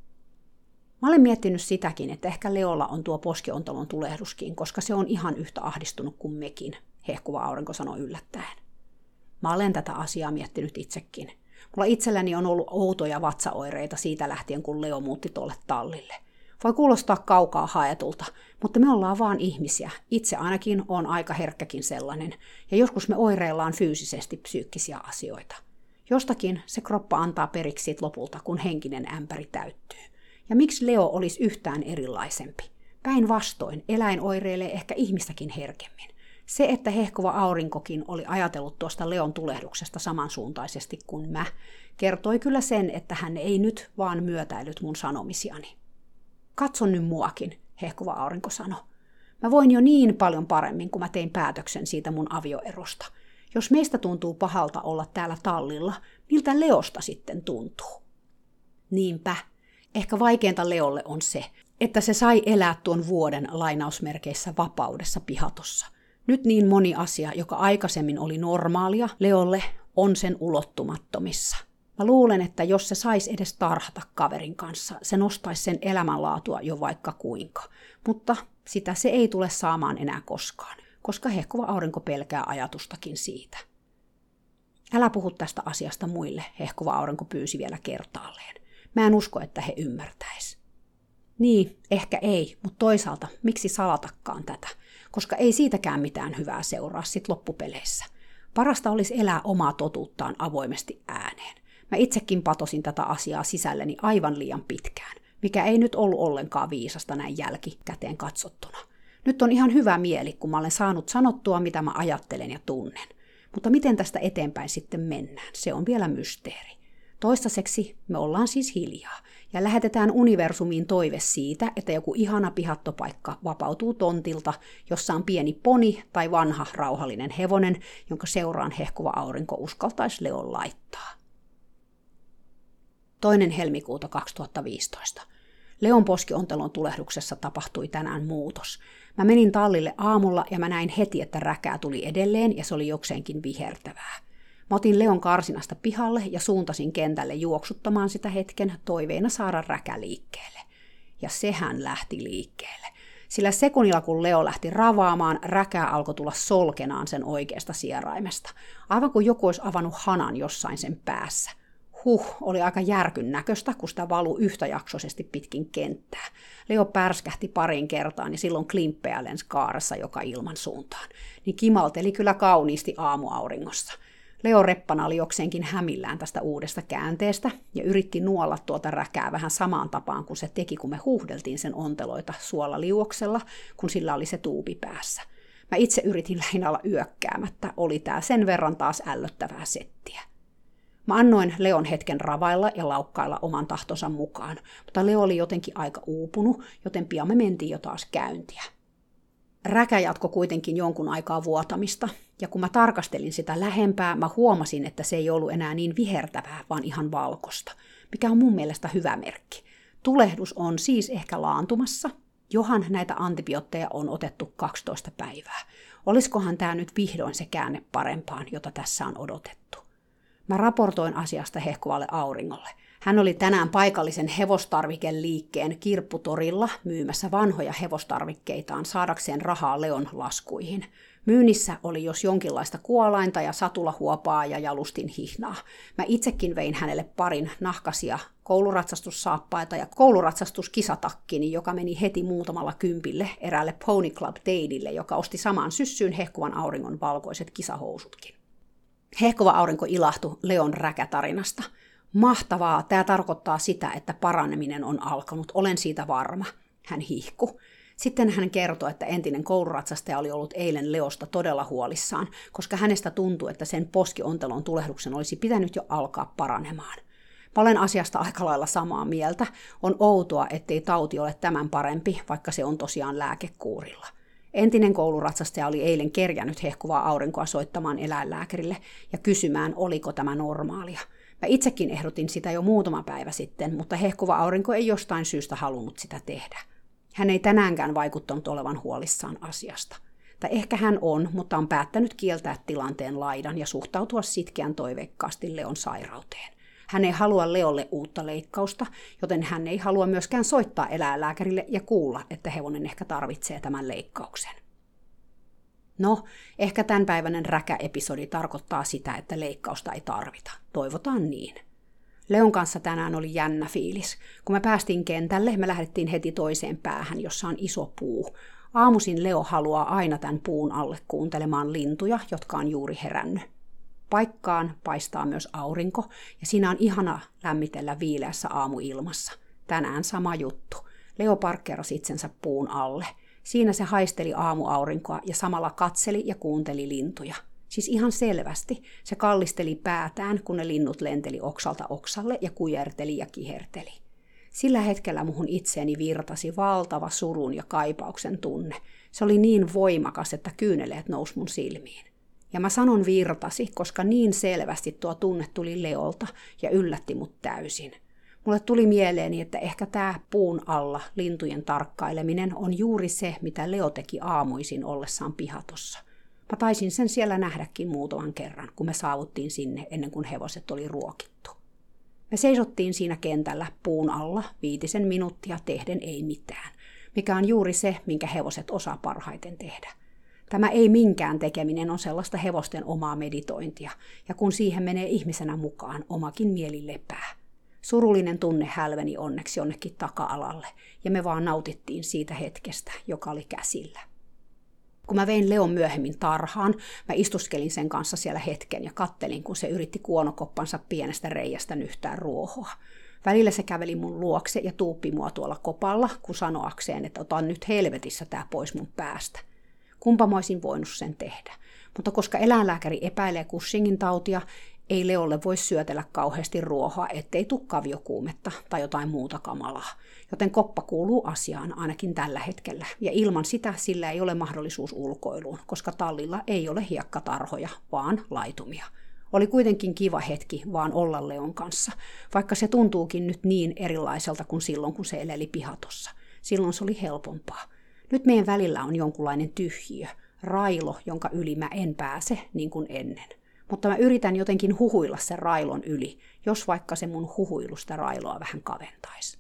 Mä olen miettinyt sitäkin, että ehkä Leolla on tuo poskiontelon tulehduskin, koska se on ihan yhtä ahdistunut kuin mekin, hehkuva aurinko sanoi yllättäen. Mä olen tätä asiaa miettinyt itsekin. Mulla itselläni on ollut outoja vatsaoireita siitä lähtien, kun Leo muutti tuolle tallille. Voi kuulostaa kaukaa haetulta, mutta me ollaan vaan ihmisiä. Itse ainakin on aika herkkäkin sellainen, ja joskus me oireillaan fyysisesti psyykkisiä asioita. Jostakin se kroppa antaa periksi sit lopulta, kun henkinen ämpäri täyttyy. Ja miksi Leo olisi yhtään erilaisempi? Päinvastoin, eläin oireilee ehkä ihmistäkin herkemmin. Se, että hehkuva aurinkokin oli ajatellut tuosta Leon tulehduksesta samansuuntaisesti kuin mä, kertoi kyllä sen, että hän ei nyt vaan myötäillyt mun sanomisiani. Katso nyt muakin, hehkuva aurinko sanoi. Mä voin jo niin paljon paremmin, kun mä tein päätöksen siitä mun avioerosta. Jos meistä tuntuu pahalta olla täällä tallilla, miltä Leosta sitten tuntuu? Niinpä. Ehkä vaikeinta Leolle on se, että se sai elää tuon vuoden lainausmerkeissä vapaudessa pihatossa. Nyt niin moni asia, joka aikaisemmin oli normaalia, Leolle on sen ulottumattomissa. Mä luulen, että jos se saisi edes tarhata kaverin kanssa, se nostaisi sen elämänlaatua jo vaikka kuinka. Mutta sitä se ei tule saamaan enää koskaan, koska hehkuva aurinko pelkää ajatustakin siitä. Älä puhu tästä asiasta muille, hehkuva aurinko pyysi vielä kertaalleen. Mä en usko, että he ymmärtäis. Niin, ehkä ei, mutta toisaalta miksi salatakaan tätä, koska ei siitäkään mitään hyvää seuraa sit loppupeleissä. Parasta olisi elää omaa totuuttaan avoimesti ääneen. Mä itsekin patosin tätä asiaa sisälleni aivan liian pitkään, mikä ei nyt ollut ollenkaan viisasta näin jälkikäteen katsottuna. Nyt on ihan hyvä mieli, kun mä olen saanut sanottua, mitä mä ajattelen ja tunnen. Mutta miten tästä eteenpäin sitten mennään, se on vielä mysteeri. Toistaiseksi me ollaan siis hiljaa ja lähetetään universumiin toive siitä, että joku ihana pihattopaikka vapautuu tontilta, jossa on pieni poni tai vanha rauhallinen hevonen, jonka seuraan hehkuva aurinko uskaltaisi Leon laittaa. 2. helmikuuta 2015. Leon poskiontelon tulehduksessa tapahtui tänään muutos. Mä menin tallille aamulla ja mä näin heti, että räkää tuli edelleen ja se oli jokseenkin vihertävää. Mä otin Leon karsinasta pihalle ja suuntasin kentälle juoksuttamaan sitä hetken toiveena saada räkä liikkeelle. Ja sehän lähti liikkeelle. Sillä sekunnilla kun Leo lähti ravaamaan, räkää alkoi tulla solkenaan sen oikeasta sieraimesta. Aivan kuin joku olisi avannut hanan jossain sen päässä. Oli aika järkyn näköistä, kun sitä valui yhtäjaksoisesti pitkin kenttää. Leo pärskähti pariin kertaan ja silloin klimppejä lensi kaaressa joka ilman suuntaan. Niin kimalteli kyllä kauniisti aamuauringossa. Leo reppana oli jokseenkin hämillään tästä uudesta käänteestä ja yritti nuolla tuota räkää vähän samaan tapaan kuin se teki, kun me huuhdeltiin sen onteloita suolaliuoksella, kun sillä oli se tuubi päässä. Mä itse yritin lähinnä olla yökkäämättä, oli tää sen verran taas ällöttävää settiä. Mä annoin Leon hetken ravailla ja laukkailla oman tahtonsa mukaan, mutta Leo oli jotenkin aika uupunut, joten pian me mentiin jo taas käyntiä. Räkä jatkoi kuitenkin jonkun aikaa vuotamista, ja kun mä tarkastelin sitä lähempää, mä huomasin, että se ei ollut enää niin vihertävää, vaan ihan valkosta, mikä on mun mielestä hyvä merkki. Tulehdus on siis ehkä laantumassa, johan näitä antibiootteja on otettu 12 päivää. Olisikohan tämä nyt vihdoin se käänne parempaan, jota tässä on odotettu? Mä raportoin asiasta hehkuvalle Auringolle. Hän oli tänään paikallisen hevostarvikeliikkeen kirpputorilla myymässä vanhoja hevostarvikkeitaan saadakseen rahaa Leon laskuihin. Myynnissä oli jos jonkinlaista kuolainta ja satulahuopaa ja jalustin hihnaa. Mä itsekin vein hänelle parin nahkasia kouluratsastusaappaita ja kouluratsastuskisatakkini, joka meni heti muutamalla kympille eräälle Pony Club Dateille, joka osti samaan syssyyn hehkuvan Auringon valkoiset kisahousutkin. Hehkuva Aurinko ilahtui Leon räkätarinasta. Mahtavaa, tämä tarkoittaa sitä, että paraneminen on alkanut, olen siitä varma, hän hihku. Sitten hän kertoi, että entinen kouluratsastaja oli ollut eilen Leosta todella huolissaan, koska hänestä tuntui, että sen poskiontelon tulehduksen olisi pitänyt jo alkaa paranemaan. Mä olen asiasta aika lailla samaa mieltä. On outoa, ettei tauti ole tämän parempi, vaikka se on tosiaan lääkekuurilla. Entinen kouluratsastaja oli eilen kerjännyt hehkuvaa Aurinkoa soittamaan eläinlääkärille ja kysymään, oliko tämä normaalia. Mä itsekin ehdotin sitä jo muutama päivä sitten, mutta hehkuva Aurinko ei jostain syystä halunnut sitä tehdä. Hän ei tänäänkään vaikuttanut olevan huolissaan asiasta. Tai ehkä hän on, mutta on päättänyt kieltää tilanteen laidan ja suhtautua sitkeän toiveikkaasti Leon sairauteen. Hän ei halua Leolle uutta leikkausta, joten hän ei halua myöskään soittaa eläinlääkärille ja kuulla, että hevonen ehkä tarvitsee tämän leikkauksen. No, ehkä tämänpäiväinen räkäepisodi tarkoittaa sitä, että leikkausta ei tarvita. Toivotaan niin. Leon kanssa tänään oli jännä fiilis. Kun me päästiin kentälle, me lähdettiin heti toiseen päähän, jossa on iso puu. Aamuisin Leo haluaa aina tämän puun alle kuuntelemaan lintuja, jotka on juuri herännyt. Paikkaan paistaa myös aurinko, ja siinä on ihana lämmitellä viileässä aamuilmassa. Tänään sama juttu. Leo parkkeerasi itsensä puun alle. Siinä se haisteli aamuaurinkoa ja samalla katseli ja kuunteli lintuja. Siis ihan selvästi. Se kallisteli päätään, kun ne linnut lenteli oksalta oksalle ja kujerteli ja kiherteli. Sillä hetkellä muhun itseeni virtasi valtava surun ja kaipauksen tunne. Se oli niin voimakas, että kyyneleet nousi mun silmiin. Ja mä sanon virtasi, koska niin selvästi tuo tunne tuli Leolta ja yllätti mut täysin. Mulle tuli mieleeni, että ehkä tää puun alla lintujen tarkkaileminen on juuri se, mitä Leo teki aamuisin ollessaan pihatossa. Mä taisin sen siellä nähdäkin muutaman kerran, kun me saavuttiin sinne ennen kuin hevoset oli ruokittu. Me seisottiin siinä kentällä puun alla 5 minuuttia tehden ei mitään, mikä on juuri se, minkä hevoset osaa parhaiten tehdä. Tämä ei minkään tekeminen on sellaista hevosten omaa meditointia, ja kun siihen menee ihmisenä mukaan, omakin mieli lepää. Surullinen tunne hälveni onneksi jonnekin taka-alalle, ja me vaan nautittiin siitä hetkestä, joka oli käsillä. Kun mä vein Leon myöhemmin tarhaan, mä istuskelin sen kanssa siellä hetken ja kattelin, kun se yritti kuonokoppansa pienestä reiästä nyhtää ruohoa. Välillä se käveli mun luokse ja tuuppi mua tuolla kopalla, kun sanoakseen, että otan nyt helvetissä tää pois mun päästä. Kumpa mä olisin voinut sen tehdä. Mutta koska eläinlääkäri epäilee Cushingin tautia, ei Leolle voi syötellä kauheasti ruohoa, ettei tule kaviokuumetta tai jotain muuta kamalaa. Joten koppa kuuluu asiaan ainakin tällä hetkellä, ja ilman sitä sillä ei ole mahdollisuus ulkoiluun, koska tallilla ei ole hiekkatarhoja, vaan laitumia. Oli kuitenkin kiva hetki vaan olla Leon kanssa, vaikka se tuntuukin nyt niin erilaiselta kuin silloin, kun se eleli pihatossa. Silloin se oli helpompaa. Nyt meidän välillä on jonkunlainen tyhjiö, railo, jonka yli mä en pääse niin kuin ennen. Mutta mä yritän jotenkin huhuilla sen railon yli, jos vaikka se mun huhuilusta railoa vähän kaventaisi.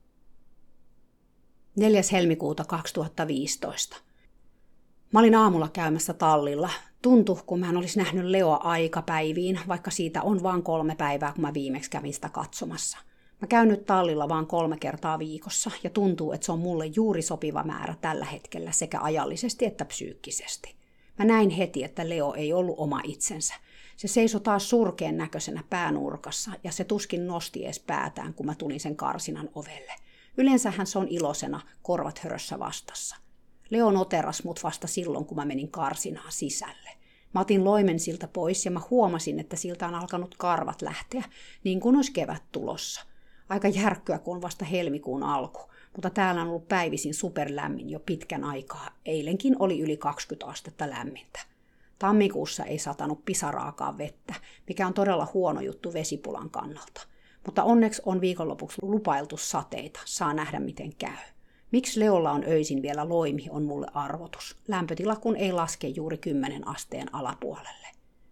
4. helmikuuta 2015. Mä olin aamulla käymässä tallilla. Tuntui, kun mä en olisi nähnyt Leoa aikapäiviin, vaikka siitä on vain 3 päivää, kun mä viimeksi kävin sitä katsomassa. Mä käyn nyt tallilla vain 3 kertaa viikossa, ja tuntuu, että se on mulle juuri sopiva määrä tällä hetkellä sekä ajallisesti että psyykkisesti. Mä näin heti, että Leo ei ollut oma itsensä. Se seisoi taas surkeen näköisenä päänurkassa, ja se tuskin nosti edes päätään, kun mä tulin sen karsinan ovelle. Yleensähän se on ilosena, korvat hörössä vastassa. Leo noteras mut vasta silloin, kun mä menin karsinaan sisälle. Mä otin loimen siltä pois, ja mä huomasin, että siltä on alkanut karvat lähteä, niin kuin olisi kevät tulossa. Aika järkkyä, kun on vasta helmikuun alku. mutta täällä on ollut päivisin superlämmin jo pitkän aikaa. Eilenkin oli yli 20 astetta lämmintä. Tammikuussa ei satanut pisaraakaan vettä, mikä on todella huono juttu vesipulan kannalta. Mutta onneksi on viikonlopuksi lupailtu sateita, saa nähdä miten käy. Miksi Leolla on öisin vielä loimi, on mulle arvotus. Lämpötila kun ei laske juuri 10 asteen alapuolelle.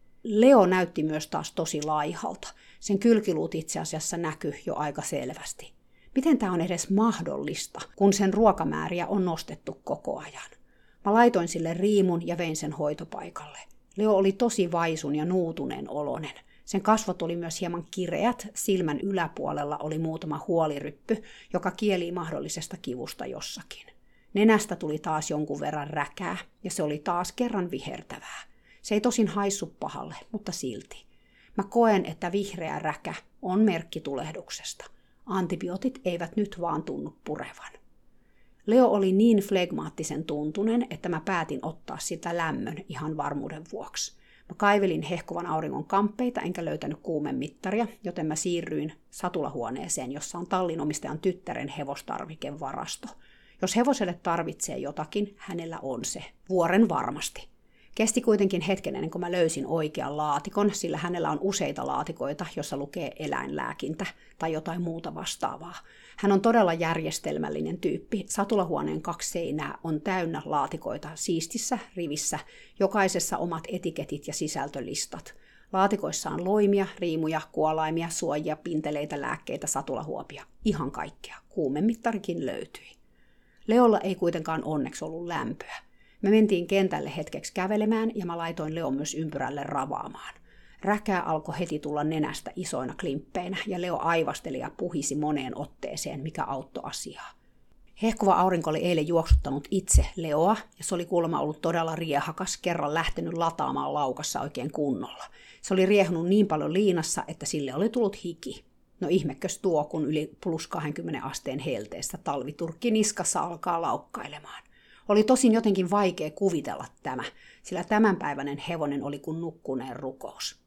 Leo näytti myös taas tosi laihalta. Sen kylkiluut itse asiassa näkyi jo aika selvästi. Miten tämä on edes mahdollista, kun sen ruokamääriä on nostettu koko ajan? Mä laitoin sille riimun ja vein sen hoitopaikalle. Leo oli tosi vaisun ja nuutuneen olonen. Sen kasvot oli myös hieman kireät, silmän yläpuolella oli muutama huoliryppy, joka kieli mahdollisesta kivusta jossakin. Nenästä tuli taas jonkun verran räkää, ja se oli taas kerran vihertävää. Se ei tosin haissu pahalle, mutta silti. Mä koen, että vihreä räkä on merkki tulehduksesta. Antibiootit eivät nyt vaan tunnu purevan. Leo oli niin flegmaattisen tuntunen, että mä päätin ottaa sitä lämmön ihan varmuuden vuoksi. Mä kaivelin hehkuvan auringon kamppeita enkä löytänyt kuumemittaria, joten mä siirryin satulahuoneeseen, jossa on tallinomistajan tyttären hevostarvikevarasto. Jos hevoselle tarvitsee jotakin, hänellä on se. Vuoren varmasti. Kesti kuitenkin hetken ennen kuin mä löysin oikean laatikon, sillä hänellä on useita laatikoita, jossa lukee eläinlääkintä tai jotain muuta vastaavaa. Hän on todella järjestelmällinen tyyppi. Satulahuoneen 2 seinää on täynnä laatikoita siistissä rivissä, jokaisessa omat etiketit ja sisältölistat. Laatikoissa on loimia, riimuja, kuolaimia, suojia, pinteleitä, lääkkeitä, satulahuopia. Ihan kaikkea. Kuumemittarikin löytyi. Leolla ei kuitenkaan onneksi ollut lämpöä. Me mentiin kentälle hetkeksi kävelemään ja mä laitoin Leon myös ympyrälle ravaamaan. Räkää alkoi heti tulla nenästä isoina klimppeinä ja Leo aivasteli ja puhisi moneen otteeseen, mikä auttoi asiaa. Hehkuva aurinko oli eilen juoksuttanut itse Leoa ja se oli kuulemma ollut todella riehakas, kerran lähtenyt lataamaan laukassa oikein kunnolla. Se oli riehunut niin paljon liinassa, että sille oli tullut hiki. No ihmekös tuo, kun yli plus 20 asteen helteessä talviturkki niskassa alkaa laukkailemaan. Oli tosin jotenkin vaikea kuvitella tämä, sillä tämänpäiväinen hevonen oli kuin nukkuneen rukous.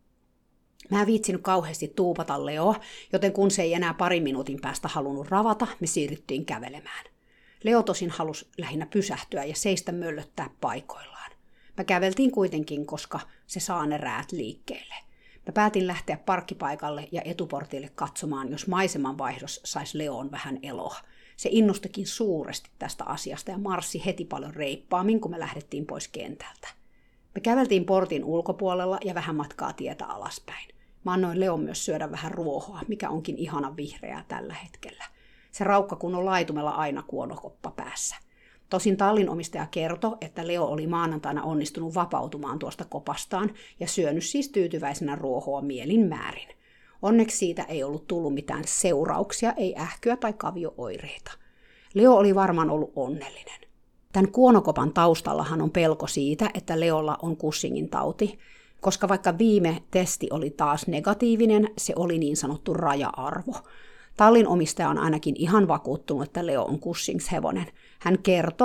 Mä en viitsinyt kauheasti tuupata Leoa, joten kun se ei enää 2 minuutin päästä halunnut ravata, me siirryttiin kävelemään. Leo tosin halusi lähinnä pysähtyä ja seistä möllöttää paikoillaan. Me käveltiin kuitenkin, koska se saa ne räät liikkeelle. Mä päätin lähteä parkkipaikalle ja etuportille katsomaan, jos maisemanvaihdos saisi Leoon vähän eloa. Se innostikin suuresti tästä asiasta ja marssi heti paljon reippaammin, kun me lähdettiin pois kentältä. Me käveltiin portin ulkopuolella ja vähän matkaa tietä alaspäin. Mä annoin Leon myös syödä vähän ruohoa, mikä onkin ihana vihreää tällä hetkellä. Se raukka kun on laitumella aina kuonokoppa päässä. Tosin tallinomistaja kertoi, että Leo oli maanantaina onnistunut vapautumaan tuosta kopastaan ja syönyt siis tyytyväisenä ruohoa mielin määrin. Onneksi siitä ei ollut tullut mitään seurauksia, ei ähkyä tai kavio-oireita. Leo oli varmaan ollut onnellinen. Tämän kuonokopan taustallahan on pelko siitä, että Leolla on Cushingin tauti, koska vaikka viime testi oli taas negatiivinen, se oli niin sanottu raja-arvo. Tallin omistaja on ainakin ihan vakuuttunut, että Leo on Cushings-hevonen. Hän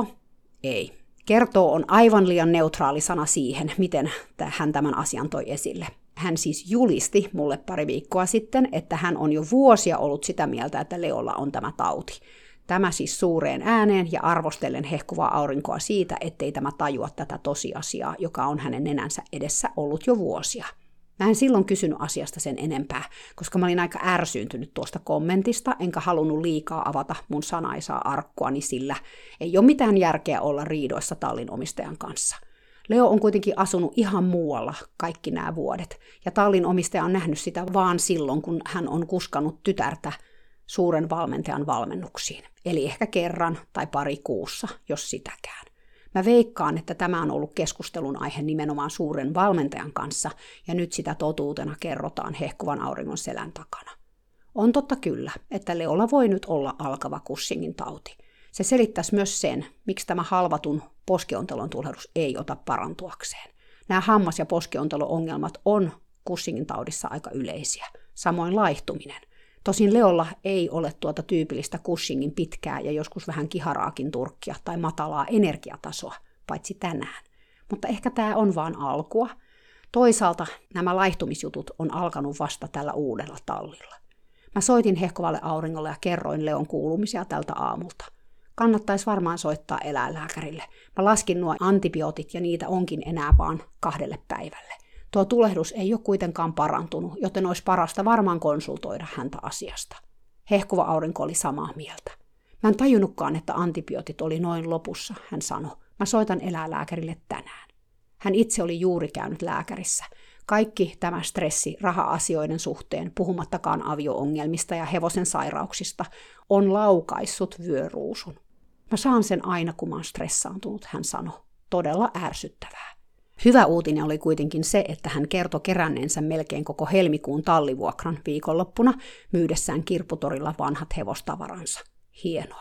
Kertoo on aivan liian neutraali sana siihen, miten hän tämän asian toi esille. Hän siis julisti mulle 2 viikkoa sitten, että hän on jo vuosia ollut sitä mieltä, että Leolla on tämä tauti. Tämä siis suureen ääneen ja arvostellen hehkuvaa aurinkoa siitä, ettei tämä tajua tätä tosiasiaa, joka on hänen nenänsä edessä ollut jo vuosia. Mä en silloin kysynyt asiasta sen enempää, koska mä olin aika ärsyyntynyt tuosta kommentista, enkä halunnut liikaa avata mun sanaisaa arkkuani, sillä ei ole mitään järkeä olla riidoissa tallin omistajan kanssa. Leo on kuitenkin asunut ihan muualla kaikki nämä vuodet, ja tallin omistaja on nähnyt sitä vaan silloin, kun hän on kuskannut tytärtä suuren valmentajan valmennuksiin, eli ehkä kerran tai 2 kuussa, jos sitäkään. Mä veikkaan, että tämä on ollut keskustelun aihe nimenomaan suuren valmentajan kanssa, ja nyt sitä totuutena kerrotaan hehkuvan auringon selän takana. On totta kyllä, että Leolla voi nyt olla alkava Cushingin tauti. Se selittäisi myös sen, miksi tämä halvatun poskiontelon tulehdus ei ota parantuakseen. Nämä hammas- ja poskiontelo-ongelmat on Cushingin taudissa aika yleisiä, samoin laihtuminen. Tosin Leolla ei ole tuota tyypillistä Cushingin pitkää ja joskus vähän kiharaakin turkkia tai matalaa energiatasoa, paitsi tänään. Mutta ehkä tämä on vaan alkua. Toisaalta nämä laihtumisjutut on alkanut vasta tällä uudella tallilla. Mä soitin hehkuvalle auringolle ja kerroin Leon kuulumisia tältä aamulta. Kannattaisi varmaan soittaa eläinlääkärille. Mä laskin nuo antibiootit ja niitä onkin enää vaan 2 päivälle. Tuo tulehdus ei ole kuitenkaan parantunut, joten olisi parasta varmaan konsultoida häntä asiasta. Hehkuva aurinko oli samaa mieltä. Mä en tajunnutkaan, että antibiootit oli noin lopussa, hän sanoi. Mä soitan eläinlääkärille tänään. Hän itse oli juuri käynyt lääkärissä. Kaikki tämä stressi raha-asioiden suhteen, puhumattakaan avio-ongelmista ja hevosen sairauksista, on laukaissut vyöruusun. Mä saan sen aina, kun mä oon stressaantunut, hän sanoi. Todella ärsyttävää. Hyvä uutinen oli kuitenkin se, että hän kertoi keränneensä melkein koko helmikuun tallivuokran viikonloppuna myydessään kirpputorilla vanhat hevostavaransa. Hienoa.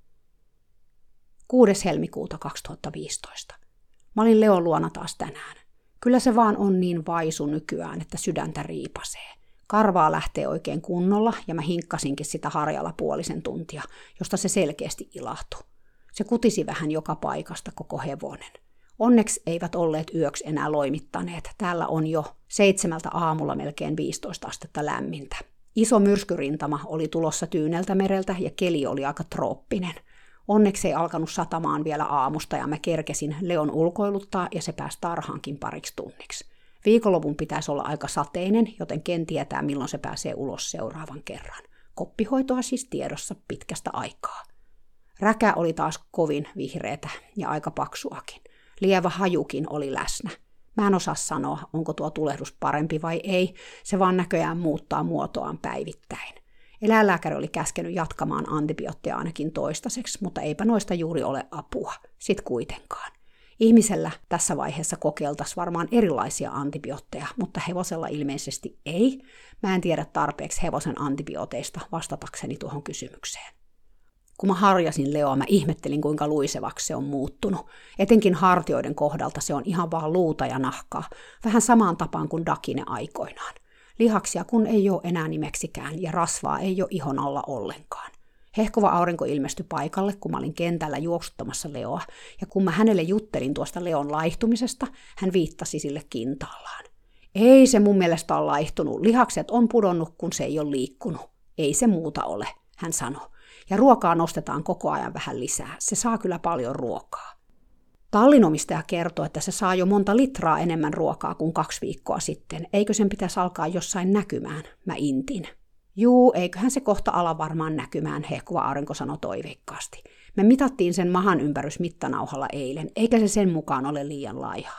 6. helmikuuta 2015. Mä olin Leon luona taas tänään. Kyllä se vaan on niin vaisu nykyään, että sydäntä riipasee. Karvaa lähtee oikein kunnolla ja mä hinkkasinkin sitä harjalla 0,5 tuntia, josta se selkeästi ilahtui. Se kutisi vähän joka paikasta koko hevonen. Onneksi eivät olleet yöksi enää loimittaneet. Täällä on jo 7 aamulla melkein 15 astetta lämmintä. Iso myrskyrintama oli tulossa Tyyneltä mereltä ja keli oli aika trooppinen. Onneksi ei alkanut satamaan vielä aamusta ja mä kerkesin Leon ulkoiluttaa ja se pääsi tarhaankin pariksi tunniksi. Viikonlopun pitäisi olla aika sateinen, joten ken tietää milloin se pääsee ulos seuraavan kerran. Koppihoitoa siis tiedossa pitkästä aikaa. Räkä oli taas kovin vihreätä ja aika paksuakin. Lievä hajukin oli läsnä. Mä en osaa sanoa, onko tuo tulehdus parempi vai ei, se vaan näköjään muuttaa muotoaan päivittäin. Eläinlääkäri oli käskenyt jatkamaan antibiootteja ainakin toistaiseksi, mutta eipä noista juuri ole apua, sit kuitenkaan. Ihmisellä tässä vaiheessa kokeiltaisiin varmaan erilaisia antibiootteja, mutta hevosella ilmeisesti ei. Mä en tiedä tarpeeksi hevosen antibiooteista vastatakseni tuohon kysymykseen. Kun mä harjasin Leoa, mä ihmettelin, kuinka luisevaksi se on muuttunut. Etenkin hartioiden kohdalta se on ihan vaan luuta ja nahkaa, vähän samaan tapaan kuin Dakine aikoinaan. Lihaksia kun ei ole enää nimeksikään ja rasvaa ei ole ihon alla ollenkaan. Hehkuva aurinko ilmestyi paikalle, kun mä olin kentällä juoksuttamassa Leoa, ja kun mä hänelle juttelin tuosta Leon laihtumisesta, hän viittasi sille kintaallaan. Ei se mun mielestä ole laihtunut, lihakset on pudonnut, kun se ei ole liikkunut. Ei se muuta ole, hän sanoi. Ja ruokaa nostetaan koko ajan vähän lisää, se saa kyllä paljon ruokaa. Tallinomistaja kertoi, että se saa jo monta litraa enemmän ruokaa kuin 2 viikkoa sitten. Eikö sen pitäisi alkaa jossain näkymään? Mä intin. Juu, eiköhän se kohta ala varmaan näkymään, hehkuva aurinko sanoi toiveikkaasti. Me mitattiin sen mahan ympärys mittanauhalla eilen, eikä se sen mukaan ole liian laiha.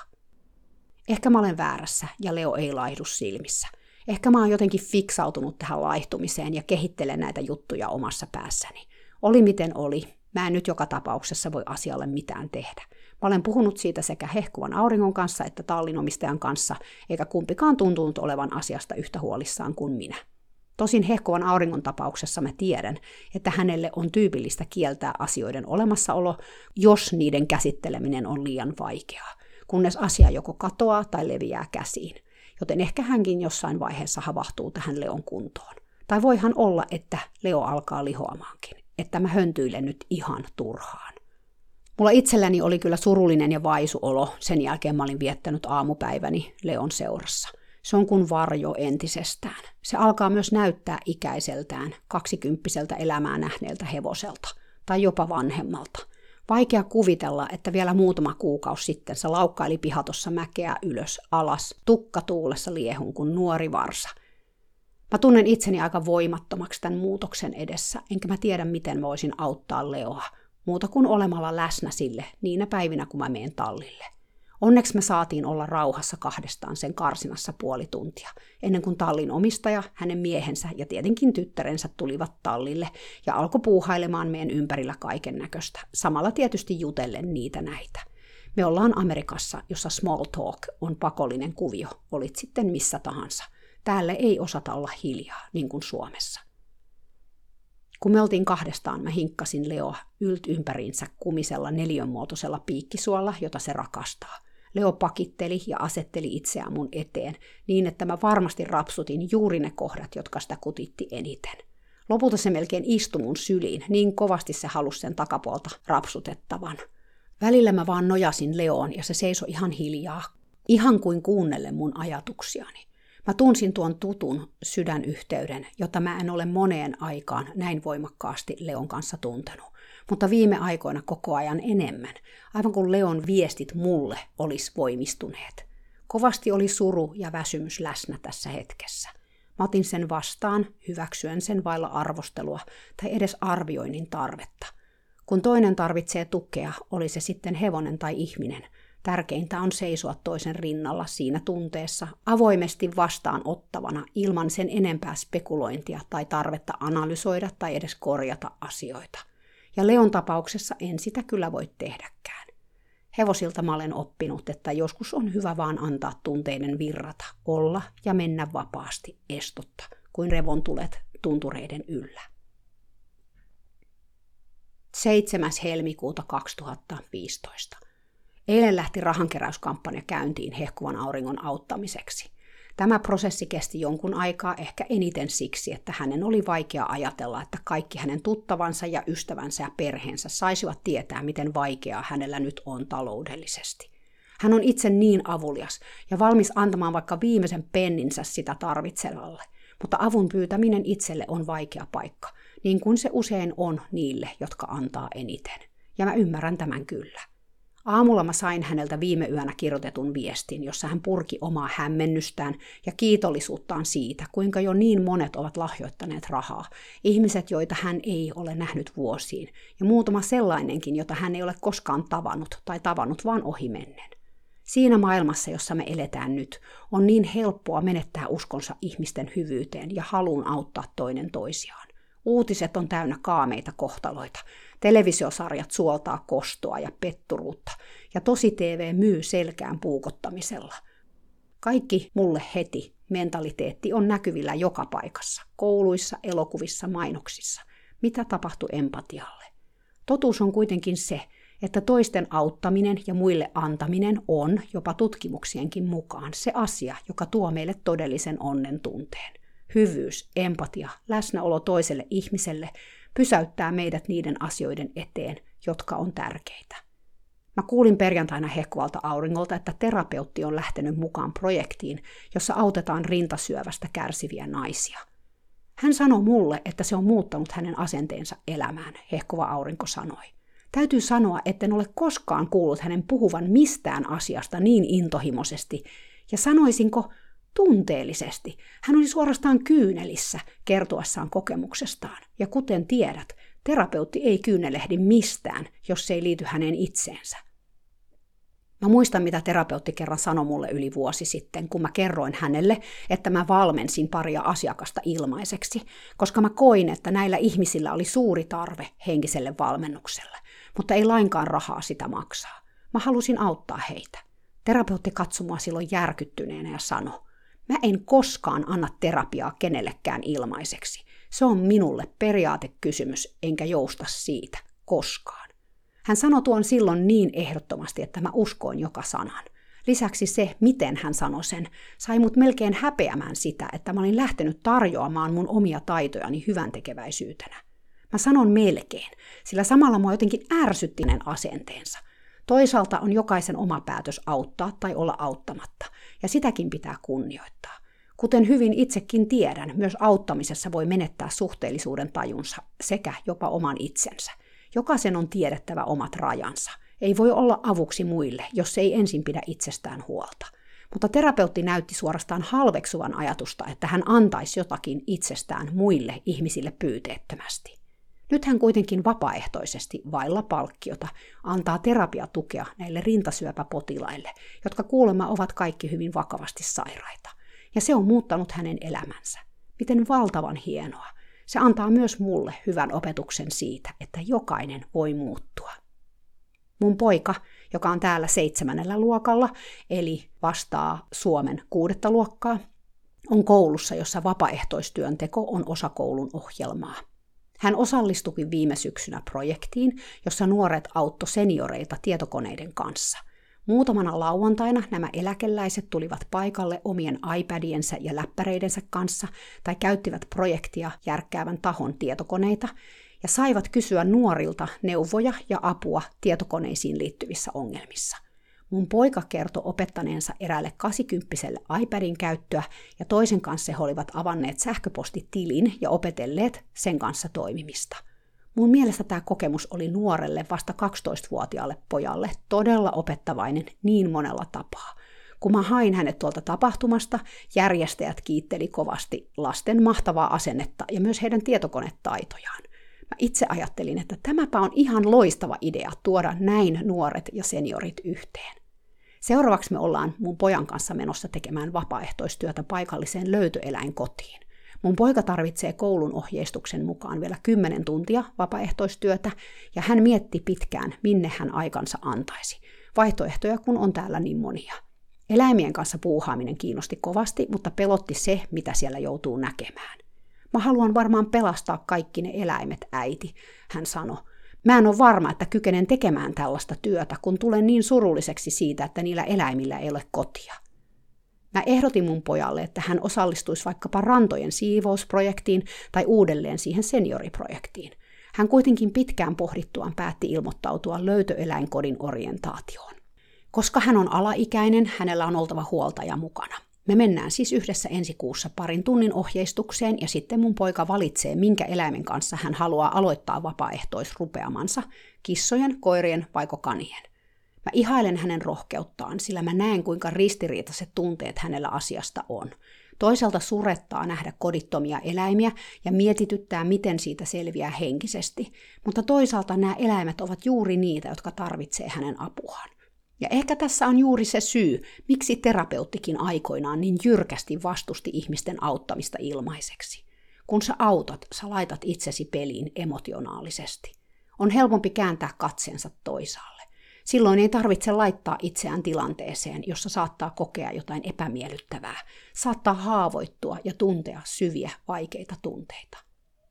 Ehkä mä olen väärässä ja Leo ei laihdu silmissä. Ehkä mä oon jotenkin fiksautunut tähän laihtumiseen ja kehittelen näitä juttuja omassa päässäni. Oli miten oli, mä en nyt joka tapauksessa voi asialle mitään tehdä. Mä olen puhunut siitä sekä hehkuvan auringon kanssa että tallinomistajan kanssa, eikä kumpikaan tuntunut olevan asiasta yhtä huolissaan kuin minä. Tosin hehkuvan auringon tapauksessa mä tiedän, että hänelle on tyypillistä kieltää asioiden olemassaolo, jos niiden käsitteleminen on liian vaikeaa, kunnes asia joko katoaa tai leviää käsiin. Joten ehkä hänkin jossain vaiheessa havahtuu tähän Leon kuntoon. Tai voihan olla, että Leo alkaa lihoamaankin, että mä höntyilen nyt ihan turhaan. Mulla itselläni oli kyllä surullinen ja vaisu olo, sen jälkeen mä olin viettänyt aamupäiväni Leon seurassa. Se on kuin varjo entisestään. Se alkaa myös näyttää ikäiseltään, 20-vuotiaalta elämää nähneeltä hevoselta, tai jopa vanhemmalta. Vaikea kuvitella, että vielä muutama kuukausi sitten se laukkaili pihatossa mäkeä ylös, alas, tukka tuulessa liehun kuin nuori varsa. Mä tunnen itseni aika voimattomaksi tämän muutoksen edessä, enkä mä tiedä miten voisin auttaa Leoa, muuta kuin olemalla läsnä sille niinä päivinä, kun mä menen tallille. Onneksi me saatiin olla rauhassa kahdestaan sen karsinassa 0,5 tuntia, ennen kuin tallin omistaja, hänen miehensä ja tietenkin tyttärensä tulivat tallille ja alkoi puuhailemaan meidän ympärillä kaiken näköistä, samalla tietysti jutellen niitä näitä. Me ollaan Amerikassa, jossa small talk on pakollinen kuvio, olit sitten missä tahansa. Täällä ei osata olla hiljaa, niin kuin Suomessa. Kun me oltiin kahdestaan, mä hinkkasin Leoa ympäriinsä kumisella neliönmuotoisella piikkisuolla, jota se rakastaa. Leo pakitteli ja asetteli itseään mun eteen, niin että mä varmasti rapsutin juuri ne kohdat, jotka sitä kutitti eniten. Lopulta se melkein istui mun syliin, niin kovasti se halusi sen takapuolta rapsutettavan. Välillä mä vaan nojasin Leoon ja se seisoi ihan hiljaa, ihan kuin kuunnellen mun ajatuksiani. Mä tunsin tuon tutun sydänyhteyden, jota mä en ole moneen aikaan näin voimakkaasti Leon kanssa tuntenut. Mutta viime aikoina koko ajan enemmän, aivan kuin Leon viestit mulle olisi voimistuneet. Kovasti oli suru ja väsymys läsnä tässä hetkessä. Mä otin sen vastaan, hyväksyen sen vailla arvostelua tai edes arvioinnin tarvetta. Kun toinen tarvitsee tukea, oli se sitten hevonen tai ihminen, tärkeintä on seisoa toisen rinnalla siinä tunteessa avoimesti vastaanottavana ilman sen enempää spekulointia tai tarvetta analysoida tai edes korjata asioita. Ja Leon tapauksessa en sitä kyllä voi tehdäkään. Hevosilta mä olen oppinut, että joskus on hyvä vaan antaa tunteiden virrata, olla ja mennä vapaasti estotta, kuin revontulet tuntureiden yllä. 7. helmikuuta 2015. Eilen lähti rahankeräyskampanja käyntiin hehkuvan auringon auttamiseksi. Tämä prosessi kesti jonkun aikaa ehkä eniten siksi, että hänen oli vaikea ajatella, että kaikki hänen tuttavansa ja ystävänsä ja perheensä saisivat tietää, miten vaikeaa hänellä nyt on taloudellisesti. Hän on itse niin avulias ja valmis antamaan vaikka viimeisen penninsä sitä tarvitsevalle, mutta avun pyytäminen itselle on vaikea paikka, niin kuin se usein on niille, jotka antaa eniten. Ja mä ymmärrän tämän kyllä. Aamulla mä sain häneltä viime yönä kirjoitetun viestin, jossa hän purki omaa hämmennystään ja kiitollisuuttaan siitä, kuinka jo niin monet ovat lahjoittaneet rahaa. Ihmiset, joita hän ei ole nähnyt vuosiin, ja muutama sellainenkin, jota hän ei ole koskaan tavannut tai tavannut vaan ohimennen. Siinä maailmassa, jossa me eletään nyt, on niin helppoa menettää uskonsa ihmisten hyvyyteen ja haluun auttaa toinen toisiaan. Uutiset on täynnä kaameita kohtaloita. Televisiosarjat suoltaa kostoa ja petturuutta, ja tosi TV myy selkään puukottamisella. Kaikki mulle heti mentaliteetti on näkyvillä joka paikassa, kouluissa, elokuvissa, mainoksissa. Mitä tapahtui empatialle? Totuus on kuitenkin se, että toisten auttaminen ja muille antaminen on, jopa tutkimuksienkin mukaan, se asia, joka tuo meille todellisen onnen tunteen. Hyvyys, empatia, läsnäolo toiselle ihmiselle pysäyttää meidät niiden asioiden eteen, jotka on tärkeitä. Mä kuulin perjantaina hehkuvalta auringolta, että terapeutti on lähtenyt mukaan projektiin, jossa autetaan rintasyövästä kärsiviä naisia. Hän sanoi mulle, että se on muuttanut hänen asenteensa elämään, hehkuva aurinko sanoi. Täytyy sanoa, etten ole koskaan kuullut hänen puhuvan mistään asiasta niin intohimoisesti, ja sanoisinko tunteellisesti. Hän oli suorastaan kyynelissä kertoessaan kokemuksestaan. Ja kuten tiedät, terapeutti ei kyynelehdi mistään, jos se ei liity häneen itseensä. Mä muistan, mitä terapeutti kerran sanoi mulle yli vuosi sitten, kun mä kerroin hänelle, että mä valmensin paria asiakasta ilmaiseksi, koska mä koin, että näillä ihmisillä oli suuri tarve henkiselle valmennukselle, mutta ei lainkaan rahaa sitä maksaa. Mä halusin auttaa heitä. Terapeutti katsoi mua silloin järkyttyneenä ja sanoi, mä en koskaan anna terapiaa kenellekään ilmaiseksi. Se on minulle periaatekysymys, enkä jousta siitä koskaan. Hän sanoi tuon silloin niin ehdottomasti, että mä uskoin joka sanan. Lisäksi se, miten hän sanoi sen, sai mut melkein häpeämään sitä, että mä olin lähtenyt tarjoamaan mun omia taitojani hyväntekeväisyytenä. Mä sanon melkein, sillä samalla mua jotenkin ärsytti hänen asenteensa. Toisaalta on jokaisen oma päätös auttaa tai olla auttamatta, ja sitäkin pitää kunnioittaa. Kuten hyvin itsekin tiedän, myös auttamisessa voi menettää suhteellisuuden tajunsa sekä jopa oman itsensä. Jokaisen on tiedettävä omat rajansa. Ei voi olla avuksi muille, jos ei ensin pidä itsestään huolta. Mutta terapeutti näytti suorastaan halveksuvan ajatusta, että hän antaisi jotakin itsestään muille ihmisille pyyteettömästi. Nyt hän kuitenkin vapaaehtoisesti, vailla palkkiota, antaa terapiatukea näille rintasyöpäpotilaille, jotka kuulemma ovat kaikki hyvin vakavasti sairaita. Ja se on muuttanut hänen elämänsä. Miten valtavan hienoa. Se antaa myös mulle hyvän opetuksen siitä, että jokainen voi muuttua. Mun poika, joka on täällä 7. luokalla, eli vastaa Suomen 6. luokkaa, on koulussa, jossa vapaaehtoistyönteko on osa koulun ohjelmaa. Hän osallistuikin viime syksynä projektiin, jossa nuoret auttoi senioreita tietokoneiden kanssa. Muutamana lauantaina nämä eläkeläiset tulivat paikalle omien iPadiensa ja läppäreidensä kanssa tai käyttivät projektia järkkäävän tahon tietokoneita ja saivat kysyä nuorilta neuvoja ja apua tietokoneisiin liittyvissä ongelmissa. Mun poika kertoi opettaneensa eräälle 80-vuotiaalle iPadin käyttöä ja toisen kanssa he olivat avanneet sähköpostitilin ja opetelleet sen kanssa toimimista. Mun mielestä tämä kokemus oli nuorelle vasta 12-vuotiaalle pojalle todella opettavainen niin monella tapaa. Kun mä hain hänet tuolta tapahtumasta, järjestäjät kiitteli kovasti lasten mahtavaa asennetta ja myös heidän tietokonetaitojaan. Mä itse ajattelin, että tämäpä on ihan loistava idea tuoda näin nuoret ja seniorit yhteen. Seuraavaksi me ollaan mun pojan kanssa menossa tekemään vapaaehtoistyötä paikalliseen löytöeläinkotiin. Mun poika tarvitsee koulun ohjeistuksen mukaan vielä 10 tuntia vapaaehtoistyötä, ja hän mietti pitkään, minne hän aikansa antaisi. Vaihtoehtoja kun on täällä niin monia. Eläimien kanssa puuhaaminen kiinnosti kovasti, mutta pelotti se, mitä siellä joutuu näkemään. Mä haluan varmaan pelastaa kaikki ne eläimet, äiti, hän sanoi. Mä en ole varma, että kykenen tekemään tällaista työtä, kun tulen niin surulliseksi siitä, että niillä eläimillä ei ole kotia. Mä ehdotin mun pojalle, että hän osallistuisi vaikkapa rantojen siivousprojektiin tai uudelleen siihen senioriprojektiin. Hän kuitenkin pitkään pohdittuaan päätti ilmoittautua löytöeläinkodin orientaatioon. Koska hän on alaikäinen, hänellä on oltava huoltaja mukana. Me mennään siis yhdessä ensi kuussa parin tunnin ohjeistukseen ja sitten mun poika valitsee, minkä eläimen kanssa hän haluaa aloittaa vapaaehtoisrupeamansa, kissojen, koirien vaiko kanien. Mä ihailen hänen rohkeuttaan, sillä mä näen, kuinka ristiriitaiset tunteet hänellä asiasta on. Toisaalta surettaa nähdä kodittomia eläimiä ja mietityttää, miten siitä selviää henkisesti, mutta toisaalta nämä eläimet ovat juuri niitä, jotka tarvitsee hänen apuaan. Ja ehkä tässä on juuri se syy, miksi terapeuttikin aikoinaan niin jyrkästi vastusti ihmisten auttamista ilmaiseksi. Kun sä autat, sä laitat itsesi peliin emotionaalisesti. On helpompi kääntää katseensa toisaalle. Silloin ei tarvitse laittaa itseään tilanteeseen, jossa saattaa kokea jotain epämiellyttävää, saattaa haavoittua ja tuntea syviä, vaikeita tunteita.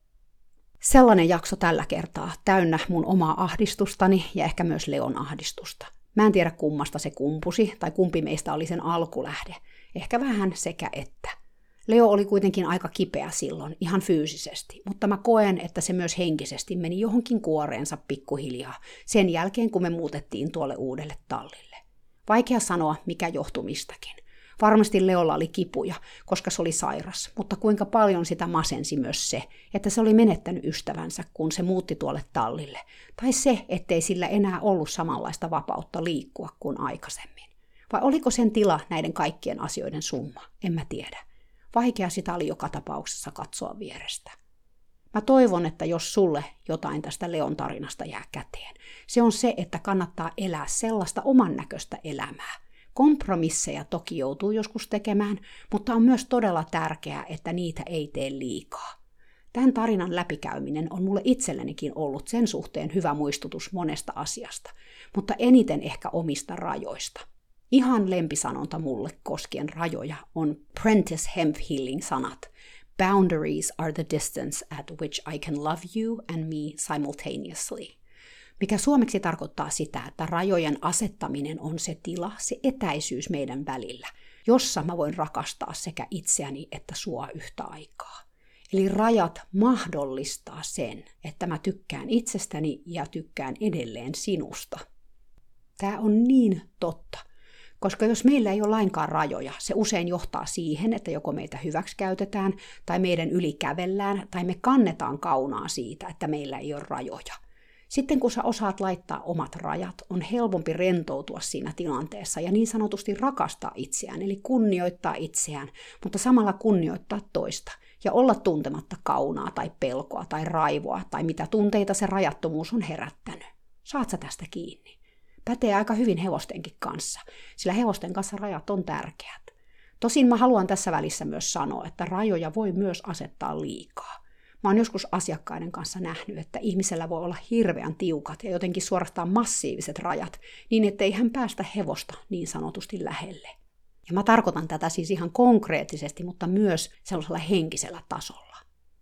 Sellainen jakso tällä kertaa, täynnä mun omaa ahdistustani ja ehkä myös Leon ahdistusta. Mä en tiedä kummasta se kumpusi tai kumpi meistä oli sen alkulähde. Ehkä vähän sekä että. Leo oli kuitenkin aika kipeä silloin, ihan fyysisesti, mutta mä koen, että se myös henkisesti meni johonkin kuoreensa pikkuhiljaa sen jälkeen, kun me muutettiin tuolle uudelle tallille. Vaikea sanoa, mikä johtui mistäkin. Varmasti Leolla oli kipuja, koska se oli sairas, mutta kuinka paljon sitä masensi myös se, että se oli menettänyt ystävänsä, kun se muutti tuolle tallille, tai se, ettei sillä enää ollut samanlaista vapautta liikkua kuin aikaisemmin. Vai oliko sen tila näiden kaikkien asioiden summa? En mä tiedä. Vaikea sitä oli joka tapauksessa katsoa vierestä. Mä toivon, että jos sulle jotain tästä Leon tarinasta jää käteen, se on se, että kannattaa elää sellaista oman näköistä elämää. Kompromisseja toki joutuu joskus tekemään, mutta on myös todella tärkeää, että niitä ei tee liikaa. Tämän tarinan läpikäyminen on mulle itsellenikin ollut sen suhteen hyvä muistutus monesta asiasta, mutta eniten ehkä omista rajoista. Ihan lempisanonta mulle koskien rajoja on Prentice Hemphillin sanat. Boundaries are the distance at which I can love you and me simultaneously. Mikä suomeksi tarkoittaa sitä, että rajojen asettaminen on se tila, se etäisyys meidän välillä, jossa mä voin rakastaa sekä itseäni että sua yhtä aikaa. Eli rajat mahdollistaa sen, että mä tykkään itsestäni ja tykkään edelleen sinusta. Tämä on niin totta. Koska jos meillä ei ole lainkaan rajoja, se usein johtaa siihen, että joko meitä hyväksikäytetään, tai meidän yli kävellään, tai me kannetaan kaunaa siitä, että meillä ei ole rajoja. Sitten kun sä osaat laittaa omat rajat, on helpompi rentoutua siinä tilanteessa ja niin sanotusti rakastaa itseään, eli kunnioittaa itseään, mutta samalla kunnioittaa toista ja olla tuntematta kaunaa tai pelkoa tai raivoa tai mitä tunteita se rajattomuus on herättänyt. Saat sä tästä kiinni? Pätee aika hyvin hevostenkin kanssa, sillä hevosten kanssa rajat on tärkeät. Tosin mä haluan tässä välissä myös sanoa, että rajoja voi myös asettaa liikaa. Mä oon joskus asiakkaiden kanssa nähnyt, että ihmisellä voi olla hirveän tiukat ja jotenkin suorastaan massiiviset rajat, niin ettei hän päästä hevosta niin sanotusti lähelle. Ja mä tarkoitan tätä siis ihan konkreettisesti, mutta myös sellaisella henkisellä tasolla.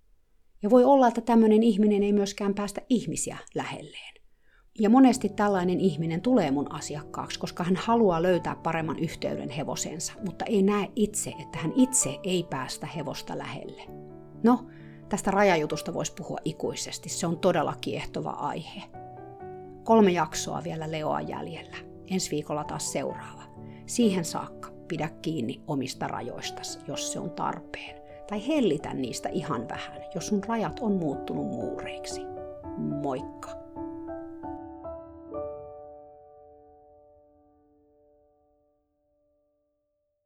Ja voi olla, että tämmöinen ihminen ei myöskään päästä ihmisiä lähelleen. Ja monesti tällainen ihminen tulee mun asiakkaaksi, koska hän haluaa löytää paremman yhteyden hevoseensa, mutta ei näe itse, että hän itse ei päästä hevosta lähelle. No, tästä rajajutusta voisi puhua ikuisesti, se on todella kiehtova aihe. 3 jaksoa vielä Leoa jäljellä. ensi viikolla taas seuraava. Siihen saakka pidä kiinni omista rajoistasi, jos se on tarpeen. Tai hellitä niistä ihan vähän, jos sun rajat on muuttunut muureiksi. Moikka!